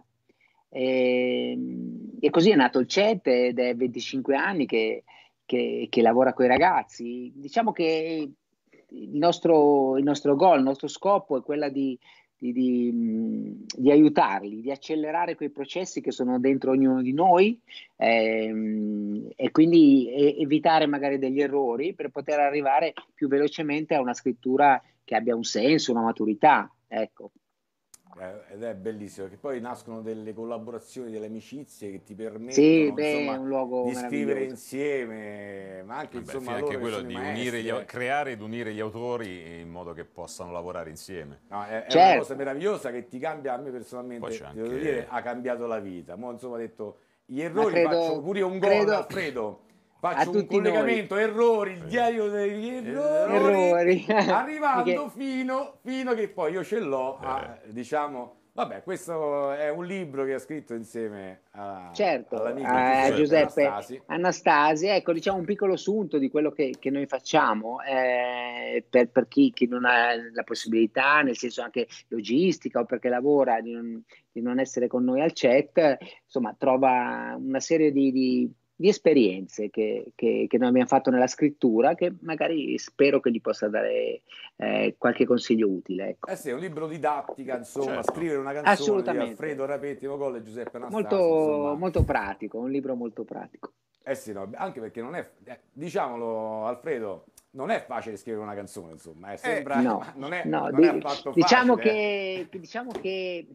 E così è nato il CET, ed è 25 anni che lavora con i ragazzi. Diciamo che il nostro goal, il nostro scopo è quella di aiutarli, di accelerare quei processi che sono dentro ognuno di noi, e quindi evitare magari degli errori per poter arrivare più velocemente a una scrittura che abbia un senso, una maturità, ecco. Ed è bellissimo, che poi nascono delle collaborazioni, delle amicizie che ti permettono, insomma, un luogo di scrivere insieme, ma anche, insomma, anche quello di maestri, creare ed unire gli autori in modo che possano lavorare insieme. No, è una cosa meravigliosa che ti cambia. A me personalmente, devo dire, ha cambiato la vita. Mo, insomma, ho detto, gli errori, faccio pure io un gol, Alfredo. Faccio un collegamento, errori, il diario degli errori. Arrivando fino che poi io ce l'ho, diciamo, Vabbè, questo è un libro che ha scritto insieme Certo, all'amico Giuseppe Anastasi. Anastasi, ecco, diciamo un piccolo sunto di quello che noi facciamo per chi non ha la possibilità, nel senso anche logistica o perché lavora, di non essere con noi al chat, insomma, trova una serie di esperienze che noi abbiamo fatto nella scrittura, che magari spero che gli possa dare qualche consiglio utile. Ecco. Eh sì, è un libro didattica, insomma, Certo. scrivere una canzone di Assolutamente. Alfredo Rapetti, Mogol e Giuseppe Anastasi, Molto, insomma. molto pratico, un libro molto pratico. Eh sì, no, anche perché non è, diciamolo Alfredo, non è facile scrivere una canzone, insomma, sembra, No, non è, no, non è affatto diciamo facile. diciamo che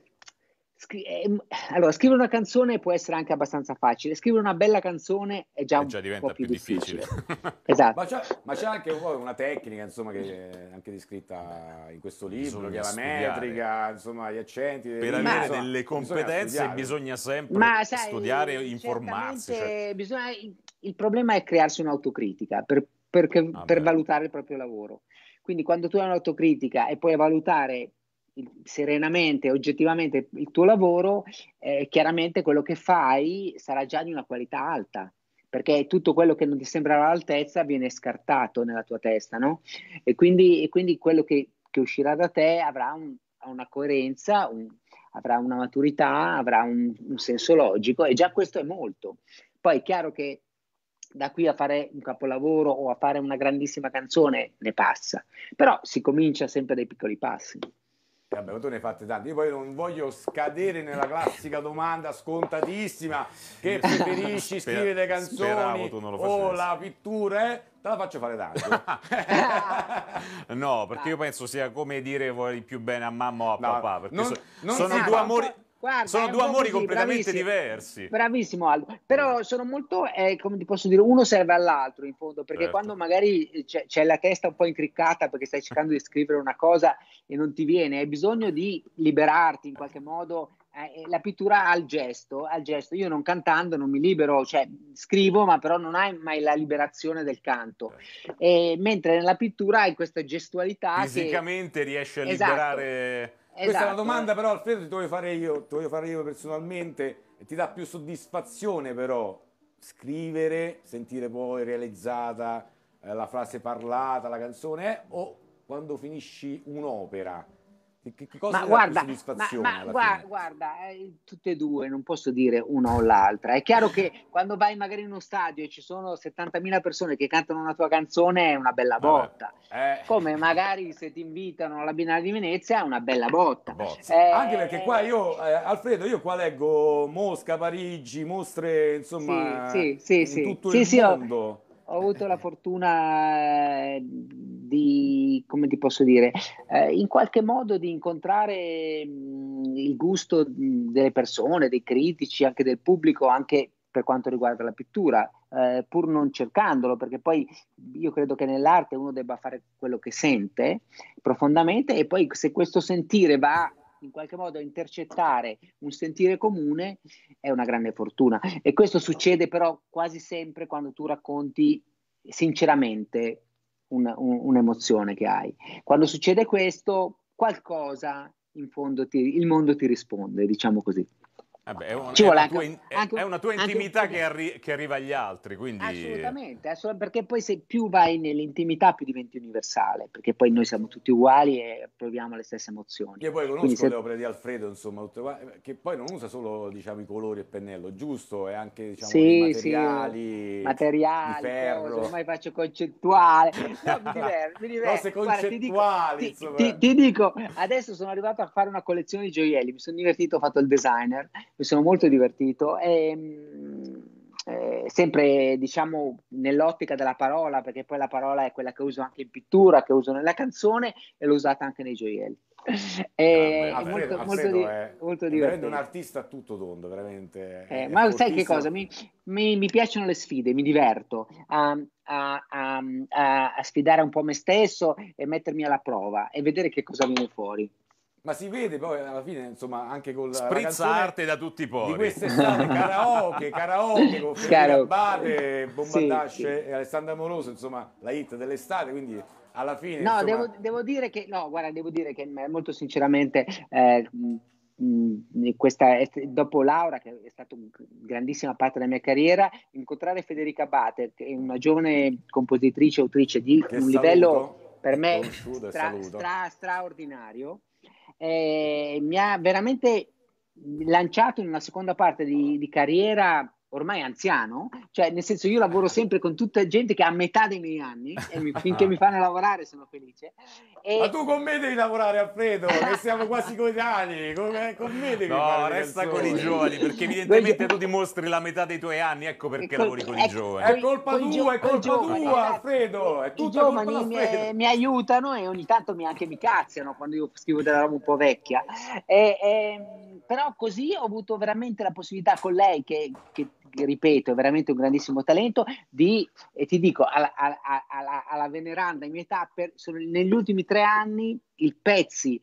allora, scrivere una canzone può essere anche abbastanza facile, scrivere una bella canzone è già E un già po' diventa più più difficile. Esatto. Ma c'è anche un po' una tecnica, insomma, che è anche descritta in questo libro, Bisogna che è la studiare. metrica, insomma, gli accenti. Per insomma, avere delle competenze studiare. bisogna sempre Ma sai, studiare e informarsi. certamente il problema è crearsi un'autocritica per beh. valutare il proprio lavoro. Quindi quando tu hai un'autocritica e puoi valutare serenamente, oggettivamente il tuo lavoro, chiaramente quello che fai sarà già di una qualità alta, perché tutto quello che non ti sembra all'altezza viene scartato nella tua testa, no? E quindi quello che uscirà da te avrà una coerenza, avrà una maturità, avrà un senso logico, e già questo è molto. Poi è chiaro che da qui a fare un capolavoro o a fare una grandissima canzone ne passa, però si comincia sempre dai piccoli passi. Vabbè, ma tu ne hai fatte tante. Io poi non voglio scadere nella classica domanda scontatissima: che preferisci, scrivere le canzoni tu non lo o facessi. la pittura? Te la faccio fare tanto. No, perché io penso sia come dire vuoi più bene a mamma o a No, papà, perché non sono si due fa. amori, Guarda, sono è un due po' amori così, completamente bravissimo. diversi. Bravissimo Aldo, però sono molto, come ti posso dire, uno serve all'altro in fondo, perché Certo. quando magari c'è la testa un po' incriccata perché stai cercando di scrivere una cosa e non ti viene, hai bisogno di liberarti in qualche modo. La pittura ha il gesto, io non cantando non mi libero, cioè scrivo ma però non hai mai la liberazione del canto, mentre nella pittura hai questa gestualità Fisicamente riesci a Esatto. liberare... Questa è una Esatto. domanda, però, Alfredo, ti voglio fare io personalmente, e ti dà più soddisfazione, però, scrivere, sentire poi realizzata la frase parlata, la canzone, o quando finisci un'opera? Che cosa Ma ti dà più guarda, soddisfazione alla fine? guarda, tutte e due, non posso dire una o l'altra. È chiaro che quando vai magari in uno stadio e ci sono 70.000 persone che cantano una tua canzone è una bella botta. Come magari se ti invitano alla Biennale di Venezia è una bella botta. Anche perché qua io, Alfredo, io qua leggo Mosca, Parigi, mostre, insomma, sì, in tutto il mondo. Ho avuto la fortuna di, come ti posso dire, in qualche modo di incontrare il gusto delle persone, dei critici, anche del pubblico, anche per quanto riguarda la pittura, pur non cercandolo, perché poi io credo che nell'arte uno debba fare quello che sente profondamente, e poi se questo sentire va in qualche modo a intercettare un sentire comune è una grande fortuna, e questo succede però quasi sempre quando tu racconti sinceramente un'emozione che hai. Quando succede questo, qualcosa in fondo il mondo ti risponde, diciamo così. Vabbè, è una tua intimità che arriva agli altri, quindi... Assolutamente, perché poi se più vai nell'intimità più diventi universale, perché poi noi siamo tutti uguali e proviamo le stesse emozioni. Io poi conosco le opere di Alfredo, insomma, che poi non usa solo, diciamo, i colori e pennello, giusto? E anche, diciamo, i materiali, di ferro. Cose, ormai faccio concettuale. No, mi diverto. Cose concettuali, insomma. Ti dico, adesso sono arrivato a fare una collezione di gioielli, mi sono divertito, ho fatto il designer, mi sono molto divertito, sempre diciamo nell'ottica della parola, perché poi la parola è quella che uso anche in pittura, che uso nella canzone, e l'ho usata anche nei gioielli. Alfredo è divertente. veramente un artista a tutto tondo, veramente. Ma sai che cosa? Mi piacciono le sfide, mi diverto a sfidare un po' me stesso e mettermi alla prova e vedere che cosa viene fuori. Ma si vede poi alla fine, insomma, anche con la Sprizza arte da tutti i pori. di quest'estate, karaoke con Federico Abbate, Bombardasce e Alessandra Moroso, insomma, la hit dell'estate, quindi alla fine... No, insomma... devo dire che molto sinceramente dopo Laura, che è stata una grandissima parte della mia carriera, incontrare Federica Bate, che è una giovane compositrice, autrice di Che un saluto, livello per me conosciuto e saluto. straordinario, mi ha veramente lanciato in una seconda parte di carriera ormai anziano, cioè nel senso io lavoro sempre con tutta gente che ha metà dei miei anni e finché mi fanno lavorare sono felice. Ma tu con me devi lavorare, Alfredo, che siamo quasi coetanei, con me devi No, fare le resta con canzoni. i giovani, perché evidentemente tu dimostri la metà dei tuoi anni, ecco perché lavori con i giovani. È colpa tua, è colpa tua, Alfredo, è I tutta colpa giovani d'Alfredo. mi aiutano e ogni tanto anche mi cazziano quando io scrivo della roba un po' vecchia. Però così ho avuto veramente la possibilità con lei, che ripeto, è veramente un grandissimo talento, e ti dico, alla veneranda in mia età, negli ultimi 3 anni, il pezzi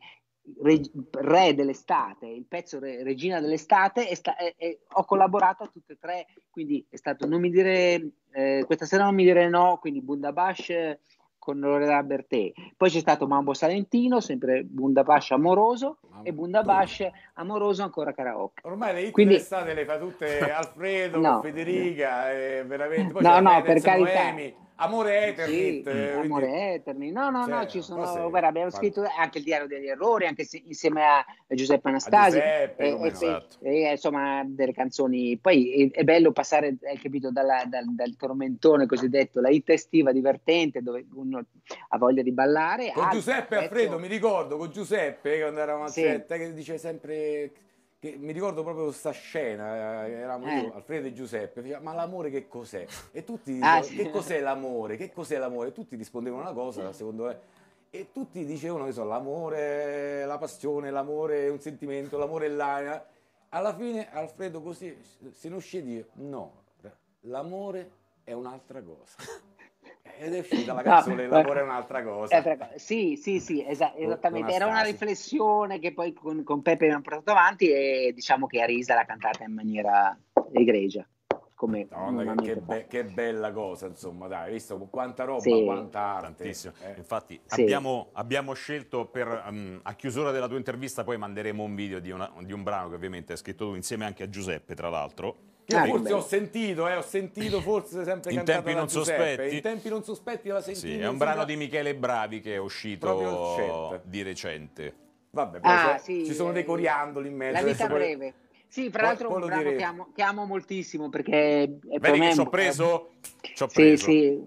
re dell'estate, il pezzo regina dell'estate, ho collaborato a tutte e 3, quindi è stato questa sera non mi dire no, quindi Bundabash con Lorena Bertè, poi c'è stato Mambo Salentino, sempre Bundabash amoroso, e Bundabash amoroso ancora karaoke. Ormai le hit Quindi, d'estate le fa tutte Alfredo, no, Federica, veramente. Poi no, c'è no, Fedez, per carità. Noemi, Amore Eternit. Sì, Amore Eterni, no, cioè, ci sono, cose guarda, abbiamo scritto anche il Diario degli Errori, anche insieme a Giuseppe a Anastasi, Giuseppe, come no. Esatto. insomma, delle canzoni. Poi è bello passare, hai capito, dal tormentone cosiddetto, la hit estiva divertente, dove uno ha voglia di ballare. Con Giuseppe, pezzo... Alfredo, mi ricordo, con Giuseppe, quando eravamo a Sì. Cetta, che dice sempre... mi ricordo proprio questa scena, eravamo io, Alfredo e Giuseppe, diceva, ma l'amore che cos'è? E tutti dicevano, sì. che cos'è l'amore? Che cos'è l'amore? E tutti rispondevano una cosa, secondo me, e tutti dicevano che l'amore, la passione, l'amore è un sentimento, l'amore è l'anima. Alla fine Alfredo così se ne uscì e dice, no, l'amore è un'altra cosa. Ed è uscita la canzone L'amore è un'altra cosa. Sì, esattamente. Era una riflessione che poi con Peppe abbiamo portato avanti e diciamo che Arisa l'ha cantata in maniera egregia. Come che bella cosa, insomma, dai, visto quanta roba, sì. quanta arte. Tantissimo. Infatti Sì. abbiamo scelto a chiusura della tua intervista, poi manderemo un video di un brano che ovviamente hai scritto tu insieme anche a Giuseppe, tra l'altro. Io forse ho sentito forse sempre In cantata tempi da non Giuseppe. sospetti. In tempi non sospetti la sentito. Sì, è un brano di Michele Bravi che è uscito di recente. Vabbè, poi sì, ci sono dei coriandoli in mezzo. La vita breve. Sì, fra l'altro è un brano che amo moltissimo perché vedi che ci ho preso? Sì,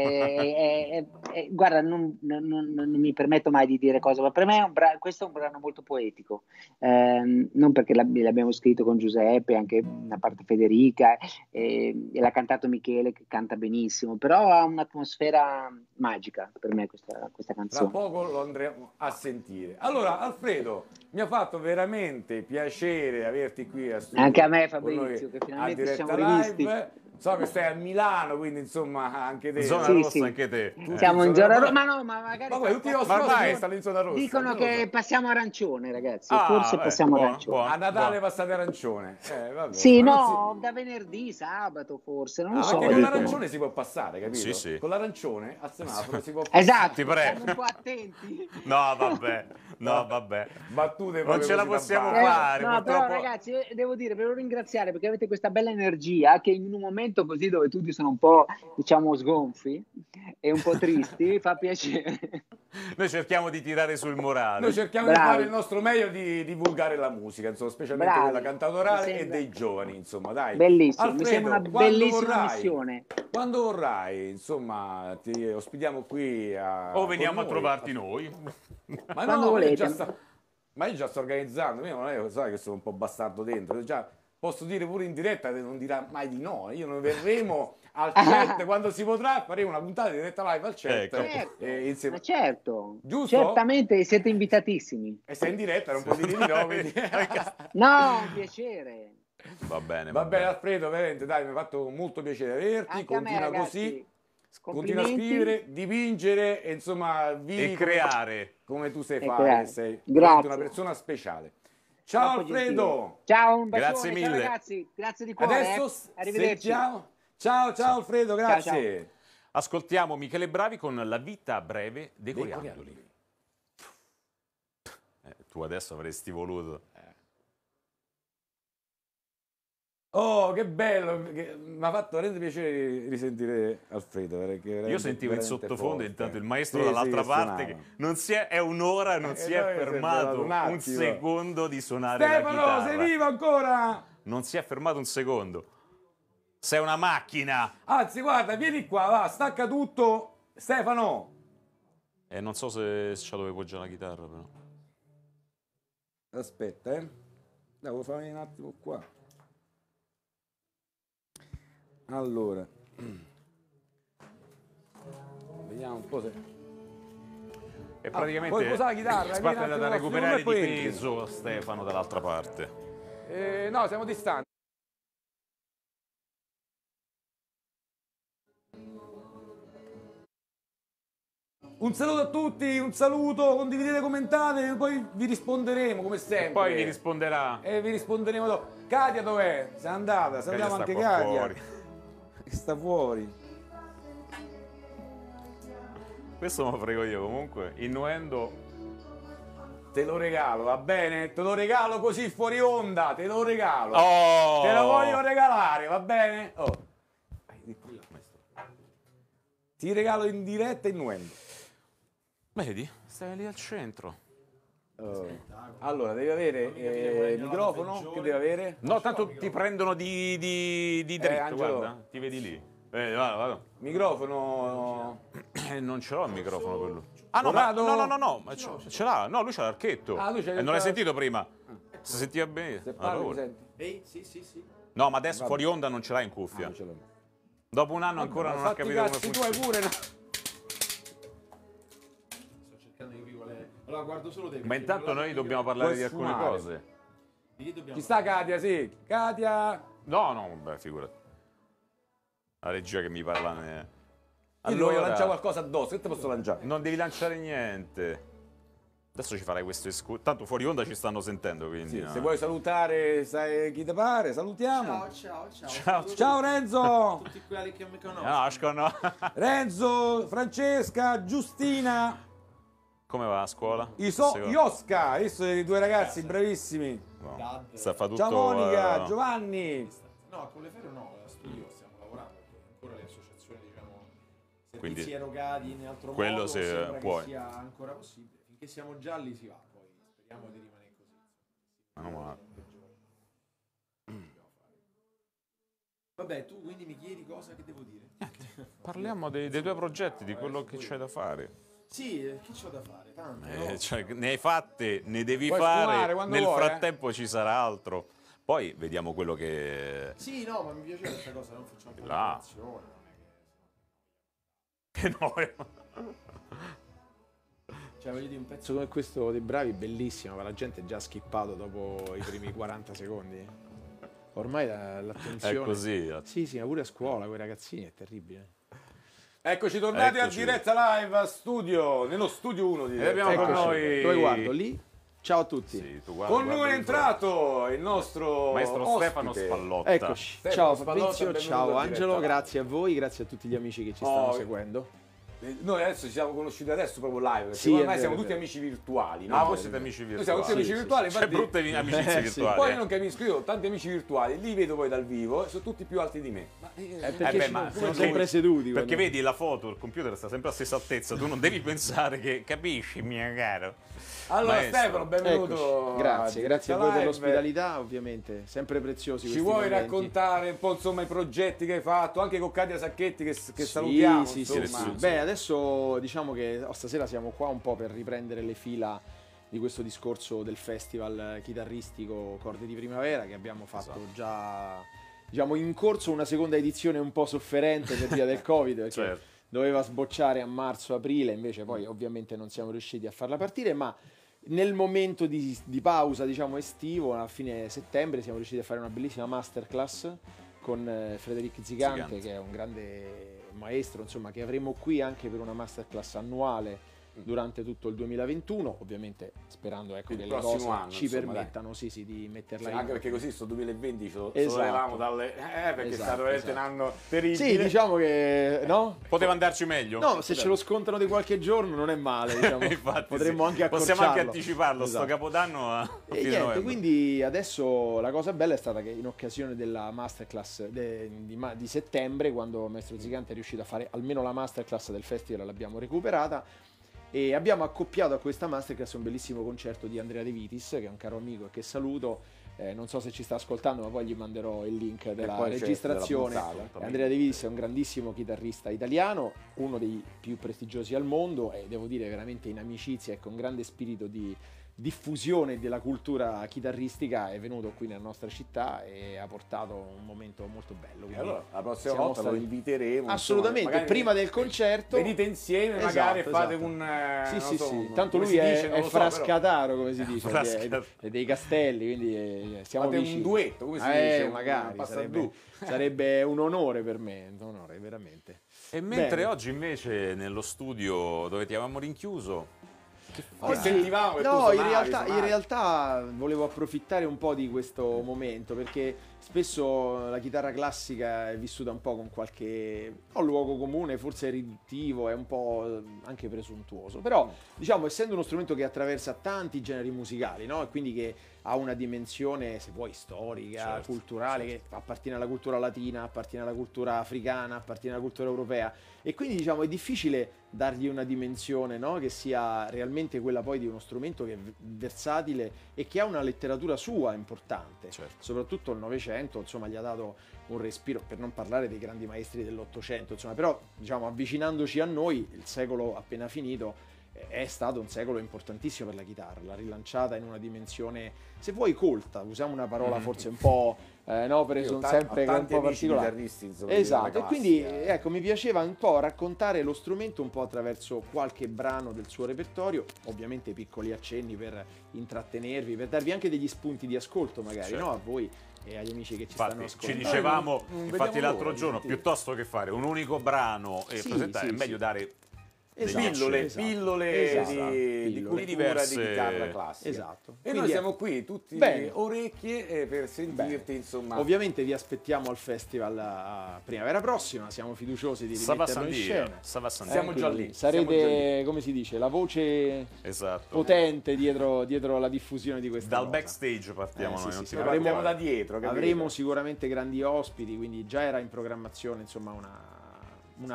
guarda, non mi permetto mai di dire cose, ma per me questo è un brano molto poetico, non perché l'abbiamo scritto con Giuseppe, anche una parte Federica, e l'ha cantato Michele che canta benissimo, però ha un'atmosfera magica per me questa canzone. Tra poco lo andremo a sentire. Allora, Alfredo, mi ha fatto veramente piacere averti qui a studio. Anche a me, Fabrizio, che finalmente ci siamo rivisti. So che stai a Milano, quindi insomma anche te. Zona rossa, anche te. Siamo in zona rossa, ma magari. Ma tutti i nostri ospiti stanno in zona rossa. Dicono che passiamo arancione, ragazzi. Forse beh, passiamo buono, arancione. buono. A Natale passate arancione. Vabbè. Sì, no, da venerdì, sabato forse, non lo so. Perché con l'arancione si può passare, capito? Sì. Con l'arancione al semaforo si può passare. Esatto, Ti prego. stiamo un po' attenti. No, vabbè. Battute Non ce la possiamo fare. No, purtroppo... però ragazzi, devo dire, ve lo ringraziare perché avete questa bella energia che in un momento così dove tutti sono un po', diciamo, sgonfi e un po' tristi, fa piacere. Noi cerchiamo di tirare sul morale. Noi cerchiamo di fare il nostro meglio di divulgare la musica, insomma, specialmente della cantautorale e dei giovani, insomma, dai. Bellissimo, Alfredo, mi sembra una bellissima missione. Quando vorrai, insomma, ti ospitiamo qui o veniamo a trovarti noi. Ma quando no, volete. ma io già sto organizzando, io non è, sai che sono un po' bastardo dentro, già posso dire pure in diretta che non dirà mai di no, io noi verremo al chat quando si potrà, faremo una puntata di diretta live al chat. Certo, insieme... ma certo, giusto? Certamente siete invitatissimi. E sei in diretta, non può dire di no, quindi... No, un piacere. Va bene, Alfredo, veramente, dai, mi ha fatto molto piacere averti, anche continua a me, così. Continua a scrivere, dipingere e insomma vivi e creare come tu sai fare, sei una persona speciale. Ciao Alfredo! Ciao, un bacione, grazie mille. ciao ragazzi, grazie di cuore. Adesso arrivederci. Ciao Alfredo, grazie. Ciao. Ascoltiamo Michele Bravi con La vita breve dei coriandoli. Tu adesso avresti voluto. Oh, che bello! Mi ha fatto veramente piacere risentire Alfredo. Io sentivo in sottofondo intanto il maestro Sì, dall'altra sì, parte suonava. che non si è, è un'ora, non si è noi si è fermato fermato un un attimo. secondo di suonare la Stefano, chitarra. sei vivo ancora? Non si è fermato un secondo. Sei una macchina. Anzi, guarda, vieni qua, va, stacca tutto. Stefano! E non so se c'ha dove poggiare la chitarra, però. Aspetta, devo fare un attimo qua. Allora. Vediamo un po' se... E praticamente puoi posare la chitarra, si vieni parte un attimo da qua, recuperare di secondo me poi entri. peso Stefano dall'altra parte. No, siamo distanti. Un saluto a tutti, un saluto, condividete, commentate, poi vi risponderemo come sempre. Poi vi risponderà. E vi risponderemo dopo. Katia dov'è? Sei andata, salutiamo Sta anche qua Katia. fuori. Che sta fuori. Questo me lo frego io comunque. Innuendo. Te lo regalo, va bene? Te lo regalo così fuori onda, te lo regalo. Oh! Te lo voglio regalare, va bene? Oh. Ti regalo in diretta innuendo. Vedi? Stai lì al centro. Allora, devi avere il microfono? Che devi avere? No, tanto ti prendono di dritto, Angelo. guarda. Ti vedi lì. Vado. Microfono. Non ce l'ho il microfono quello. Ah no, ma, Corrado? no, ma ce l'ha. No, lui c'ha l'archetto. Ah, lui c'ha Non l'hai il- sentito prima? Si sentiva bene. Se parli, Allora. mi senti? Sì. No, ma adesso fuori onda non ce l'hai in cuffia. Non ce l'ho. Dopo un anno ancora Ma non ha fatti i capito come cazzi tuoi funziona. pure, no? Sto cercando di capire qual è. Allora guardo solo te. Ma intanto noi dobbiamo parlare Puoi di alcune sfumare. cose. Di chi dobbiamo Ci sta Katia, sì. Katia. No, vabbè, figurati. La regia che mi parla. Io ti voglio lanciare qualcosa addosso, che te posso lanciare? Non devi lanciare niente. Adesso ci farai questo escurso. Tanto fuori onda ci stanno sentendo, quindi. Sì, no. se vuoi salutare, sai chi ti pare, salutiamo. Ciao. Ciao Renzo! Tutti quelli che mi conoscono. No, no. Renzo, Francesca, Giustina, Come va a scuola? Iosca, visto i due ragazzi bravissimi. No. Sta fa tutto. Ciao Monica, Giovanni. No, con le ferie no, a studio stiamo lavorando perché ancora le associazioni, diciamo, servizi Quindi, erogati in altro quello modo, se sembra puoi. che sia ancora possibile. Finché siamo gialli si va, poi speriamo di rimanere così. Meno male. Vabbè, tu quindi mi chiedi cosa che devo dire? Parliamo dei tuoi progetti, di quello che c'hai da fare. Sì, che c'ho da fare? Tanto, no? Cioè, ne hai fatte, ne devi Puoi fare. sfumare quando Nel vuoi, frattempo ci sarà altro. Poi vediamo quello che. Sì, no, ma mi piace questa cosa, non facciamo più Là. lezione, non è che... Che noi. Cioè, voglio dire, un pezzo... Come questo dei bravi, bellissimo, ma la gente è già skippato dopo i primi 40 secondi. Ormai l'attenzione... È così. Sì, ma pure a scuola, quei ragazzini, è terribile. Eccoci tornati Eccoci. a diretta live a studio, nello studio 1 di abbiamo con noi- Dove guardo? Lì? Ciao a tutti. Sì, tu guarda, Con guarda lui è di entrato il nostro Maestro ospite. Stefano Spallotta. Eccoci. Stefano Ciao Spallotta, Fabrizio, benvenuto ciao a Angelo, diretta. grazie a voi, grazie a tutti gli amici che ci stanno Oh, seguendo. Noi adesso ci siamo conosciuti adesso proprio live, perché Sì, ormai è vero, siamo è tutti vero. amici virtuali, no? Ah, voi siete amici Noi siamo tutti virtuali. amici virtuali, C'è infatti brutte amicizie sì. virtuali. poi io non capisco, io ho tanti amici virtuali, li vedo poi dal vivo e sono tutti più alti di me. Perché beh, ci- ma sono come sempre tu- seduti. Perché quando- vedi la foto, il computer sta sempre alla stessa altezza, tu non devi pensare che capisci, mio caro. Allora Maestro. Stefano, benvenuto. Eccoci. Grazie, a grazie a voi Diretta per Live. l'ospitalità, ovviamente, sempre preziosi Ci questi vuoi momenti. raccontare un po' insomma i progetti che hai fatto, anche con Katia Sacchetti che Sì, salutiamo, sì, insomma. sì. Beh, adesso diciamo che stasera siamo qua un po' per riprendere le fila di questo discorso del festival chitarristico Corde di Primavera che abbiamo fatto già, diciamo, in corso una seconda edizione un po' sofferente per via del Covid, perché Certo. doveva sbocciare a marzo-aprile, invece poi ovviamente non siamo riusciti a farla partire, ma nel momento di pausa, diciamo, estivo, a fine settembre, siamo riusciti a fare una bellissima masterclass con Frederic Zigante, Zigante. che è un grande maestro, insomma, che avremo qui anche per una masterclass annuale durante tutto il 2021, ovviamente sperando ecco, Il che le prossimo cose anno, ci insomma, permettano sì, di metterla Sì, in anche perché così sto 2020 ce lo Esatto. levavamo dalle... perché è stato veramente un anno terribile. Sì, diciamo che no? Poteva andarci meglio. No, se ce lo scontano di qualche giorno non è male, diciamo. Infatti, Potremmo sì. anche accorciarlo. Possiamo anche anticiparlo, sto Esatto. Capodanno a E fine niente, novembre. quindi adesso la cosa bella è stata che in occasione della masterclass di settembre, quando Maestro Zigante è riuscito a fare almeno la masterclass del festival, l'abbiamo recuperata e abbiamo accoppiato a questa masterclass un bellissimo concerto di Andrea De Vitis, che è un caro amico e che saluto. Non so se ci sta ascoltando, ma poi gli manderò il link della poi c'è registrazione. della puntata. Andrea De Vitis è un grandissimo chitarrista italiano, uno dei più prestigiosi al mondo e devo dire veramente in amicizia e con grande spirito di diffusione della cultura chitarristica è venuto qui nella nostra città e ha portato un momento molto bello. E Quindi allora la prossima siamo volta lo stati- inviteremo. Assolutamente, insomma, magari prima del concerto venite insieme, Esatto, magari fate esatto. un... Sì, non sì, so, sì. Tanto come lui si dice, non è lo so, però frascataro, come si dice, Frascataro. è dei castelli, quindi siamo fate un vicini. duetto, come si dice, un magari passadù. sarebbe un onore per me, un onore veramente. E mentre Bene. oggi invece nello studio dove ti avevamo rinchiuso, Oggi sentivamo che tu No, suonavi. in realtà volevo approfittare un po' di questo momento perché spesso la chitarra classica è vissuta un po' con qualche luogo comune, forse è riduttivo, è un po' anche presuntuoso, però diciamo essendo uno strumento che attraversa tanti generi musicali, no? E quindi che ha una dimensione, se vuoi, storica, Certo, culturale, che appartiene alla cultura latina, appartiene alla cultura africana, appartiene alla cultura europea e quindi diciamo è difficile dargli una dimensione, no? Che sia realmente quella poi di uno strumento che è versatile e che ha una letteratura sua importante, Certo. soprattutto il Novecento insomma gli ha dato un respiro, per non parlare dei grandi maestri dell'Ottocento, insomma, però diciamo avvicinandoci a noi il secolo appena finito è stato un secolo importantissimo per la chitarra, l'ha rilanciata in una dimensione, se vuoi, colta, usiamo una parola forse un po' no, preso sempre un po' particolare. Insomma, Esatto, e quindi classica. ecco, mi piaceva un po' raccontare lo strumento un po' attraverso qualche brano del suo repertorio, ovviamente piccoli accenni per intrattenervi, per darvi anche degli spunti di ascolto magari, Certo. no? A voi e agli amici che ci stanno infatti ci ascoltando. dicevamo, non infatti vediamo l'altro l'ora di giorno, sentire. piuttosto che fare un unico brano e Sì, presentare, sì, è meglio sì. dare Pillole, Esatto. pillole Esatto. di Pillole. cultura Diverse- di chitarra classica. Esatto. E Quindi noi siamo qui tutti Bene. orecchie per sentirti, insomma. Ovviamente vi aspettiamo al festival a primavera prossima, siamo fiduciosi di Sava rimetterlo in Sandia, scena. Sava Sandia. Siamo già Quindi lì, siamo già sarete, come si dice, la voce Esatto. potente dietro la diffusione di questa Dal cosa. backstage partiamo Sì, noi, sì, non sì, ti sì. preoccupare. Partiamo da dietro, capito? Avremo sicuramente grandi ospiti, quindi già era in programmazione insomma una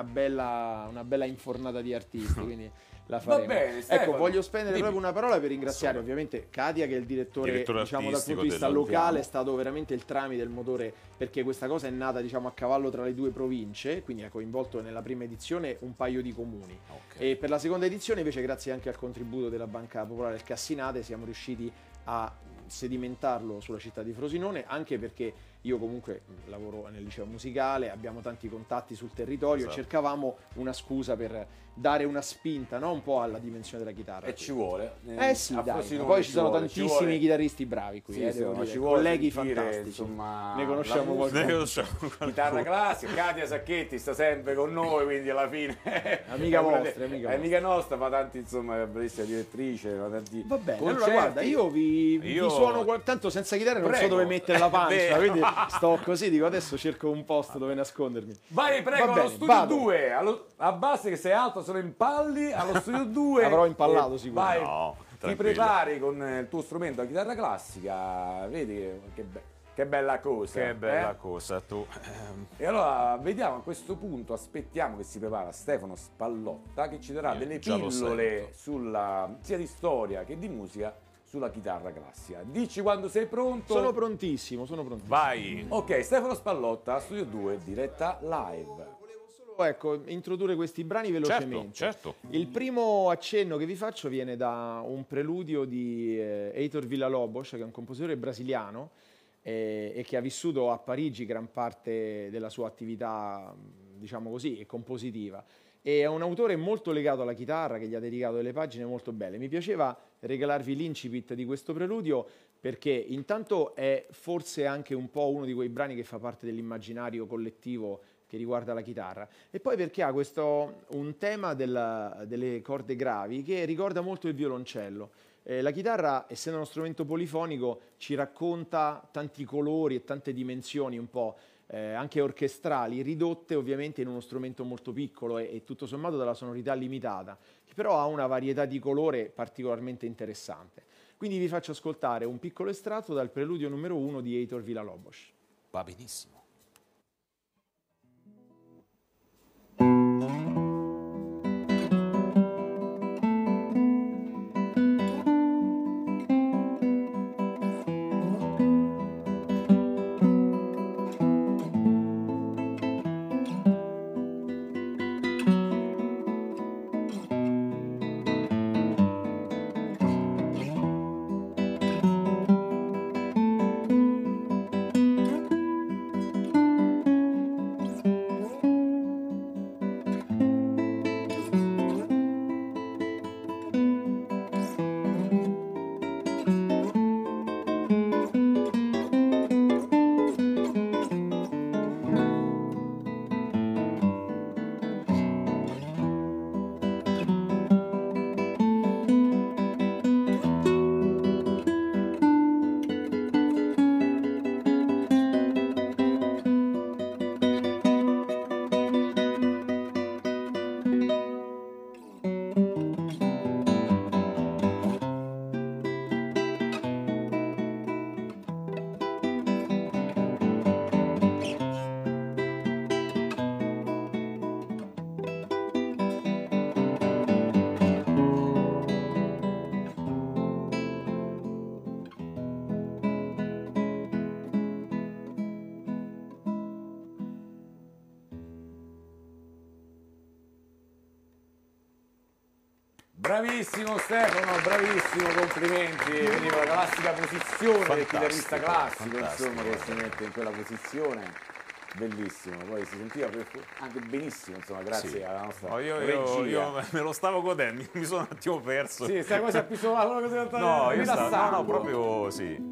bella infornata di artisti, quindi la faremo. bene, Stefano. Ecco, voglio spendere Dimmi. proprio una parola per ringraziare ovviamente Katia, che è il direttore Direttore diciamo, dal punto artistico di vista del- locale, è stato veramente il tramite, il motore, perché questa cosa è nata diciamo, a cavallo tra le due province, quindi ha coinvolto nella prima edizione un paio di comuni. Ok. E per la seconda edizione invece, grazie anche al contributo della Banca Popolare del Cassinate, siamo riusciti a sedimentarlo sulla città di Frosinone, anche perché io comunque lavoro nel liceo musicale, abbiamo tanti contatti sul territorio, Esatto. cercavamo una scusa per dare una spinta, no? Un po' alla dimensione della chitarra. E ci vuole. Sì, A dai, Frosinone poi ci sono vuole, tantissimi vuole. chitarristi bravi qui, Sì, devo ma dire, ci vuole colleghi sentire, fantastici. insomma, Ne conosciamo la musica. qualcuno. Ne conosciamo qualcuno. Chitarra classica, Katia Sacchetti sta sempre con noi, quindi alla fine Amica è una vostra, amica è amica nostra, fa tanti, insomma, è bravissima direttrice, fa tanti Va bene, allora concerti. guarda, io vi Io- suono tanto senza chitarra non so Prego. dove mettere la pancia, Beh. quindi sto così, dico adesso cerco un posto dove nascondermi. Vai, prego, Va allo bene, studio vado. 2, a base che sei alto, sono impalli, allo studio 2. Avrò impallato sicuro. Vai, No, ti tranquillo. prepari con il tuo strumento, la chitarra classica, vedi che bella cosa. Che bella eh? cosa, tu. E allora vediamo, a questo punto aspettiamo che si prepara Stefano Spallotta, che ci darà Io delle già lo pillole sia di storia che di musica sulla chitarra classica. Dici quando sei pronto. Sono prontissimo, sono prontissimo. Vai. Ok, Stefano Spallotta, Studio 2, diretta live. Ecco, introdurre questi brani velocemente. Certo. Il primo accenno che vi faccio viene da un preludio di Heitor Villa-Lobos, che è un compositore brasiliano e che ha vissuto a Parigi gran parte della sua attività, diciamo così, compositiva. E è un autore molto legato alla chitarra, che gli ha dedicato delle pagine molto belle. Mi piaceva regalarvi l'incipit di questo preludio perché intanto è forse anche un po' uno di quei brani che fa parte dell'immaginario collettivo che riguarda la chitarra, e poi perché ha un tema delle corde gravi che ricorda molto il violoncello. La chitarra, essendo uno strumento polifonico, ci racconta tanti colori e tante dimensioni un po' anche orchestrali, ridotte ovviamente in uno strumento molto piccolo e tutto sommato dalla sonorità limitata, che però ha una varietà di colore particolarmente interessante. Quindi vi faccio ascoltare un piccolo estratto dal preludio numero 1 di Heitor Villa-Lobos. Va benissimo. Bravissimo Stefano, bravissimo, complimenti. Vedi la classica posizione del chitarrista classico, insomma, che si mette in quella posizione. Bellissimo, poi si sentiva anche benissimo, insomma, grazie alla nostra regia. Io me lo stavo godendo, mi sono un attimo perso. Sì, stai quasi appisolato, no, io stavo proprio, sì.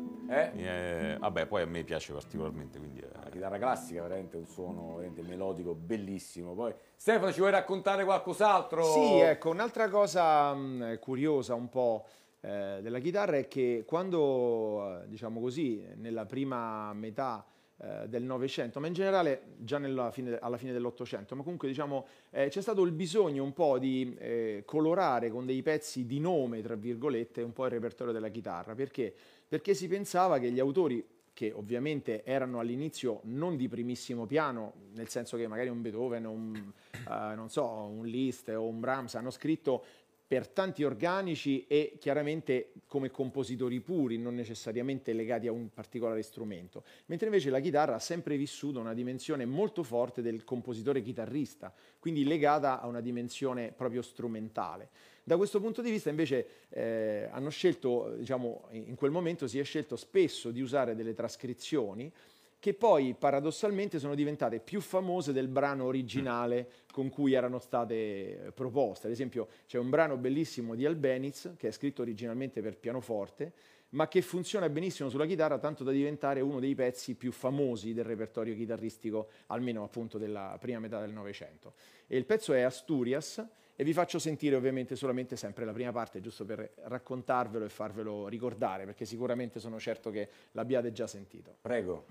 Eh? Poi a me piace particolarmente, quindi La chitarra classica è veramente un suono veramente melodico bellissimo. Poi Stefano, ci vuoi raccontare qualcos'altro? Sì, ecco, un'altra cosa curiosa un po' della chitarra è che quando, diciamo così, nella prima metà del Novecento, ma in generale già alla fine dell'Ottocento, ma comunque diciamo c'è stato il bisogno un po' di colorare con dei pezzi di nome, tra virgolette, un po' il repertorio della chitarra. Perché? Perché si pensava che gli autori, che ovviamente erano all'inizio non di primissimo piano, nel senso che magari un Beethoven, non so, un Liszt o un Brahms hanno scritto per tanti organici e chiaramente come compositori puri, non necessariamente legati a un particolare strumento, mentre invece la chitarra ha sempre vissuto una dimensione molto forte del compositore chitarrista, quindi legata a una dimensione proprio strumentale. Da questo punto di vista invece hanno scelto, diciamo, in quel momento si è scelto spesso di usare delle trascrizioni che poi paradossalmente sono diventate più famose del brano originale con cui erano state proposte. Ad esempio c'è un brano bellissimo di Albeniz che è scritto originalmente per pianoforte, ma che funziona benissimo sulla chitarra, tanto da diventare uno dei pezzi più famosi del repertorio chitarristico, almeno appunto della prima metà del Novecento. E il pezzo è Asturias, e vi faccio sentire ovviamente solamente sempre la prima parte, giusto per raccontarvelo e farvelo ricordare, perché sicuramente sono certo che l'abbiate già sentito. Prego.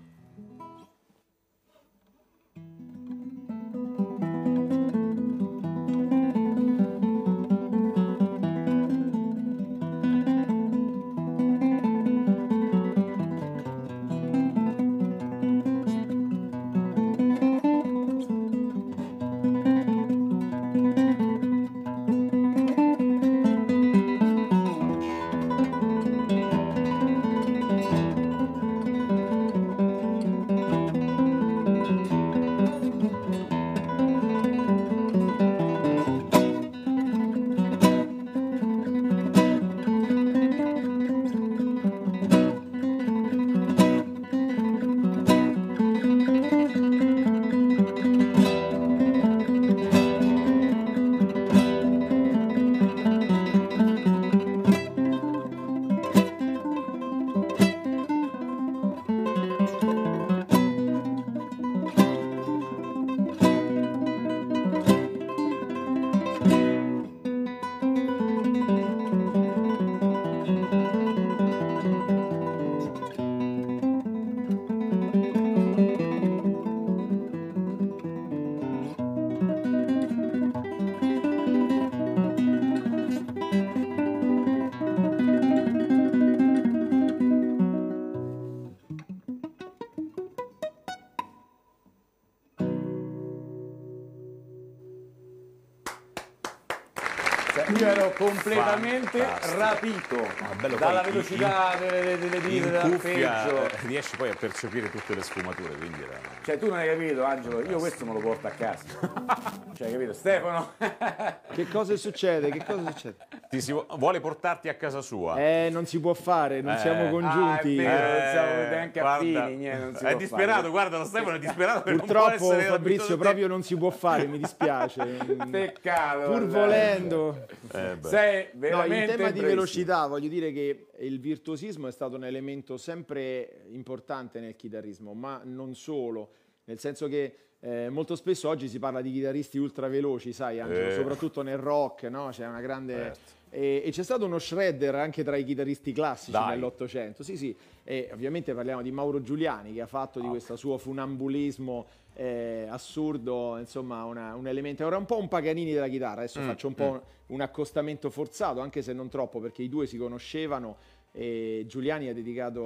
io ero completamente Fantastico. rapito bello, dalla poi velocità delle dita, in dal cuffia peggio. riesci poi a percepire tutte le sfumature, quindi era... Cioè, tu non hai capito, Angelo, io questo me lo porto a casa. Cioè, capito? Stefano? Che cosa succede? Che cosa succede? vuole portarti a casa sua. Non si può fare, non siamo congiunti. Ah, è vero, non siamo neanche guarda, affini, niente, non si è può disperato, fare. guarda, lo Stefano è disperato per non può Purtroppo essere Fabrizio abituato a te. proprio non si può fare, mi dispiace. Peccato. Pur guarda. volendo. Sei No, veramente in tema di bravissimo. velocità voglio dire che il virtuosismo è stato un elemento sempre importante nel chitarrismo, ma non solo, nel senso che molto spesso oggi si parla di chitarristi ultra veloci, sai Angelo, soprattutto nel rock, no? C'è una grande... Certo. E c'è stato uno shredder anche tra i chitarristi classici Dai. nell'Ottocento, sì, e ovviamente parliamo di Mauro Giuliani che ha fatto di questo suo funambulismo assurdo, insomma, un elemento, era un po' un Paganini della chitarra, adesso faccio un po' un accostamento forzato, anche se non troppo, perché i due si conoscevano e Giuliani ha dedicato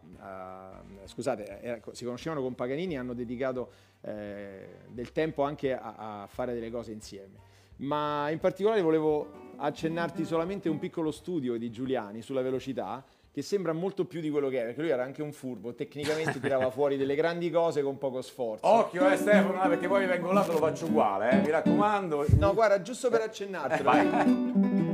si conoscevano con Paganini e hanno dedicato del tempo anche a fare delle cose insieme. Ma in particolare volevo accennarti solamente un piccolo studio di Giuliani sulla velocità, che sembra molto più di quello che è, perché lui era anche un furbo, tecnicamente tirava fuori delle grandi cose con poco sforzo. Occhio Stefano, perché poi vengo là te lo faccio uguale, mi raccomando. No, guarda, giusto per accennartelo.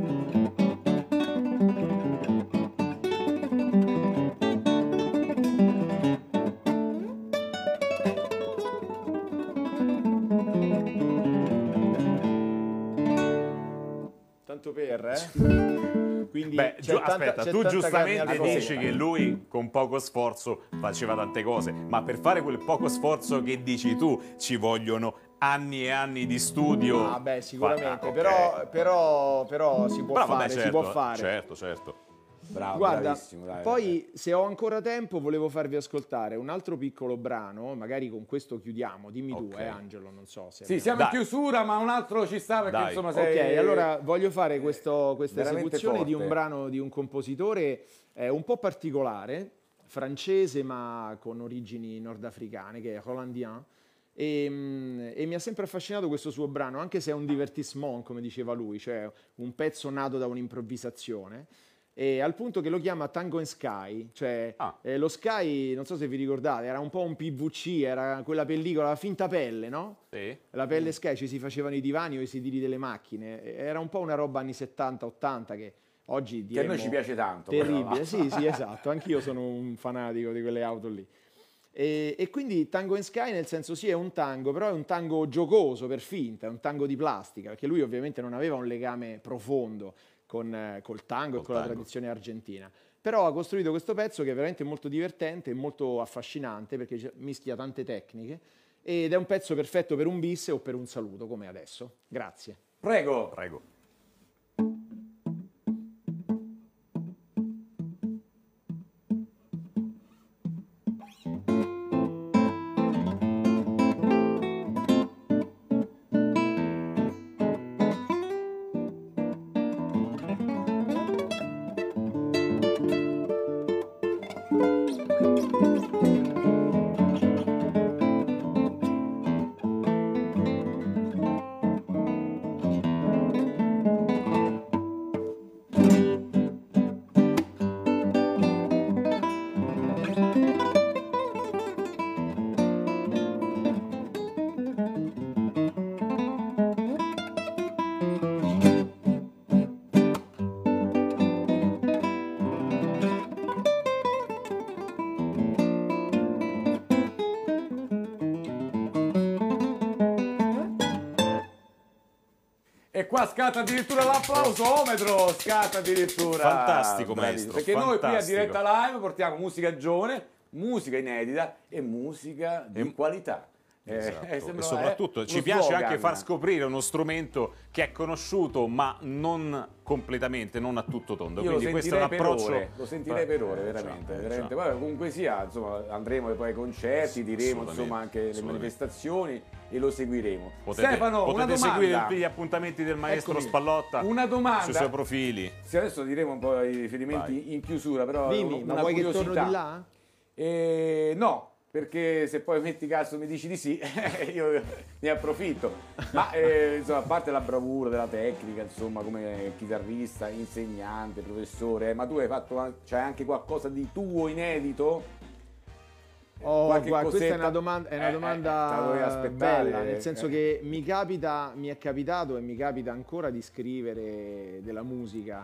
Tanto per, Quindi Beh, aspetta, c'è tu tanta giustamente carne al dici fuoco. che lui con poco sforzo faceva tante cose, ma per fare quel poco sforzo che dici tu ci vogliono anni e anni di studio. Ah, beh, sicuramente, Ok. però si può Però fare, vabbè, si certo, può fare. certo. Bravo, Guarda, bravissimo, dai, poi se ho ancora tempo volevo farvi ascoltare un altro piccolo brano, magari con questo chiudiamo, dimmi tu, Ok. Angelo, non so se... Sì, siamo Dai. in chiusura, ma un altro ci sta perché Dai. insomma sei... Ok, allora voglio fare questa veramente esecuzione di un forte. brano di un compositore un po' particolare, francese ma con origini nordafricane, che è Hollandien, e mi ha sempre affascinato questo suo brano, anche se è un divertissement, come diceva lui, cioè un pezzo nato da un'improvvisazione, e al punto che lo chiama Tango in Sky, cioè lo Sky, non so se vi ricordate, era un po' un PVC, era quella pellicola, la finta pelle, no? Sì. La pelle Sky, ci si facevano i divani o i sedili delle macchine, era un po' una roba anni 70-80 che oggi Che a noi diremmo ci piace tanto. terribile, però. sì, esatto, anch'io sono un fanatico di quelle auto lì. E quindi Tango in Sky nel senso sì è un tango, però è un tango giocoso per finta, è un tango di plastica, perché lui ovviamente non aveva un legame profondo col tango e con la tradizione argentina. Però ha costruito questo pezzo che è veramente molto divertente e molto affascinante perché mischia tante tecniche ed è un pezzo perfetto per un bis o per un saluto, come adesso. Grazie. Prego. E qua scatta addirittura l'applausometro, scatta addirittura. Fantastico, Bravissimo. maestro, Perché noi qui a fantastico. Diretta Live portiamo musica giovane, musica inedita e musica di qualità. Esatto. Sembra, E soprattutto ci uno piace slogan. anche far scoprire uno strumento che è conosciuto ma non completamente, non a tutto tondo. Io Quindi questo è un approccio. lo sentirei per ore, veramente. veramente. Poi, comunque sia, insomma, andremo poi ai concerti, diremo insomma anche le manifestazioni e lo seguiremo. Stefano, una potete domanda. seguire gli appuntamenti del maestro Eccomi. Spallotta Una domanda. sui suoi profili. Sì, adesso diremo un po' i riferimenti in chiusura, però Dimmi, una ma vuoi che curiosità. torno di là? No, perché se poi metti caso mi dici di sì, io ne approfitto. Ma insomma, a parte la bravura della tecnica, insomma, come chitarrista, insegnante, professore, ma tu hai fatto, c'hai anche qualcosa di tuo inedito? Questa è cosetta? una domanda, te la dovevi aspettare, bella, nel senso che mi è capitato e mi capita ancora di scrivere della musica.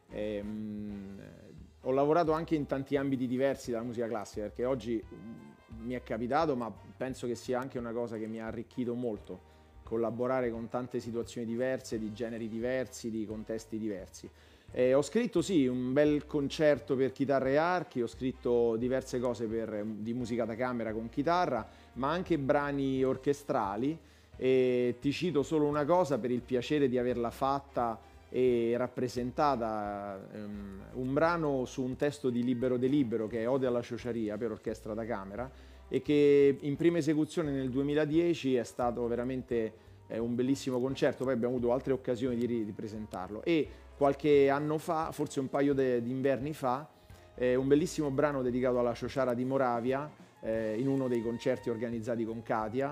Ho lavorato anche in tanti ambiti diversi dalla musica classica, perché oggi mi è capitato, ma penso che sia anche una cosa che mi ha arricchito molto, collaborare con tante situazioni diverse, di generi diversi, di contesti diversi. Ho scritto sì un bel concerto per chitarra e archi, ho scritto diverse cose di musica da camera con chitarra, ma anche brani orchestrali, e ti cito solo una cosa per il piacere di averla fatta e rappresentata, un brano su un testo di Libero de Libero, che è Ode alla ciociaria per orchestra da camera, e che in prima esecuzione nel 2010 è stato veramente un bellissimo concerto. Poi abbiamo avuto altre occasioni di presentarlo, e qualche anno fa, forse un paio di inverni fa, un bellissimo brano dedicato alla ciociara di Moravia, in uno dei concerti organizzati con Katia,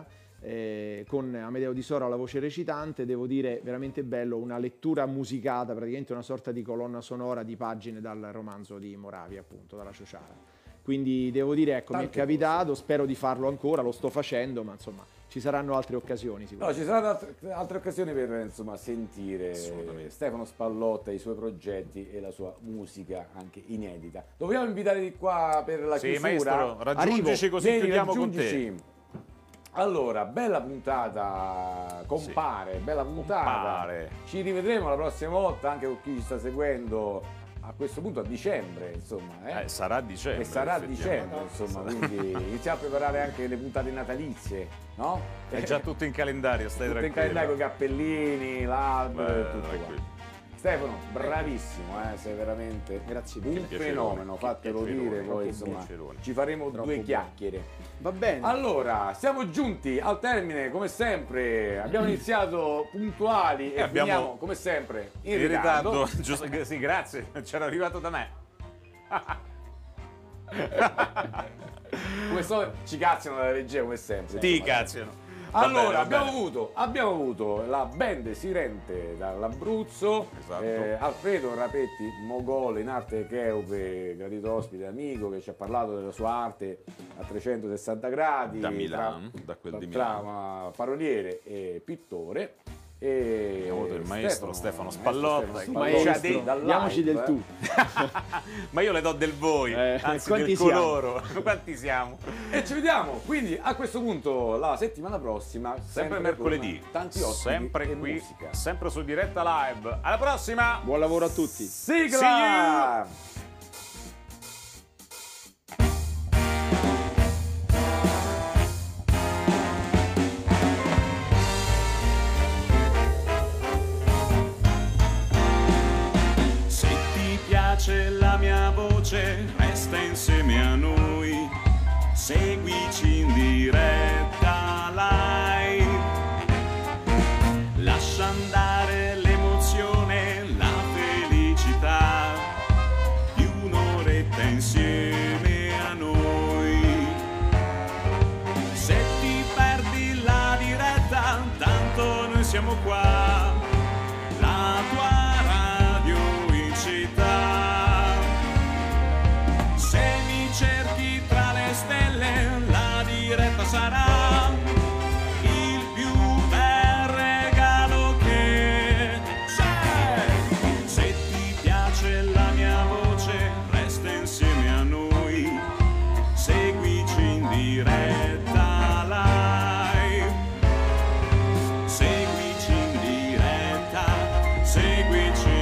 con Amedeo Di Soro alla voce recitante. Devo dire veramente bello, una lettura musicata, praticamente una sorta di colonna sonora di pagine dal romanzo di Moravia, appunto, dalla ciociara. Quindi devo dire, ecco, mi è capitato, spero di farlo ancora, lo sto facendo, ma insomma ci saranno altre occasioni sicuramente. No, ci saranno altre occasioni per, insomma, sentire Stefano Spallotta, i suoi progetti e la sua musica anche inedita. Dobbiamo invitare di qua per la chiusura. Maestro, raggiungici così chiudiamo con te. Allora, bella puntata, compare, bella puntata. Ci rivedremo la prossima volta anche con chi ci sta seguendo. A questo punto a dicembre, insomma. Sarà dicembre. E sarà dicembre, insomma, quindi iniziamo a preparare anche le puntate natalizie, no? È già tutto in calendario, stai tutto tranquillo. in calendario con i cappellini, l'albero e tutto tranquillo. qua. Stefano, bravissimo, sei veramente un fenomeno, fatelo dire, poi insomma ci faremo due chiacchiere. Va bene. Allora, siamo giunti al termine, come sempre, abbiamo iniziato puntuali e finiamo, come sempre, in ritardo. Sì, grazie, c'era arrivato da me. Come so, ci cazziano dalla regia, come sempre. Ti cazziano. Allora, abbiamo avuto la band Sirente dall'Abruzzo, esatto. Alfredo Rapetti, mogole in arte Cheope, gradito ospite, amico, che ci ha parlato della sua arte a 360 gradi. Da Milano, da quel di Milano. Tra paroliere e pittore. E abbiamo avuto il maestro Stefano Spallotta, diamoci del tu. Ma io le do del voi, anzi del coloro. Quanti siamo? E ci vediamo quindi a questo punto la settimana prossima, sempre mercoledì, tanti ospiti, sempre qui, musica. sempre su Diretta Live. Alla prossima, buon lavoro a tutti. Sigla! La mia voce resta insieme a noi, seguici in diretta live, lascia andare l'emozione, la felicità di un'oretta insieme a noi. Se ti perdi la diretta, tanto noi siamo qua, la tua radio in città. Sarà il più bel regalo che c'è. Se ti piace la mia voce, resta insieme a noi, seguici in diretta live, seguici in diretta, seguici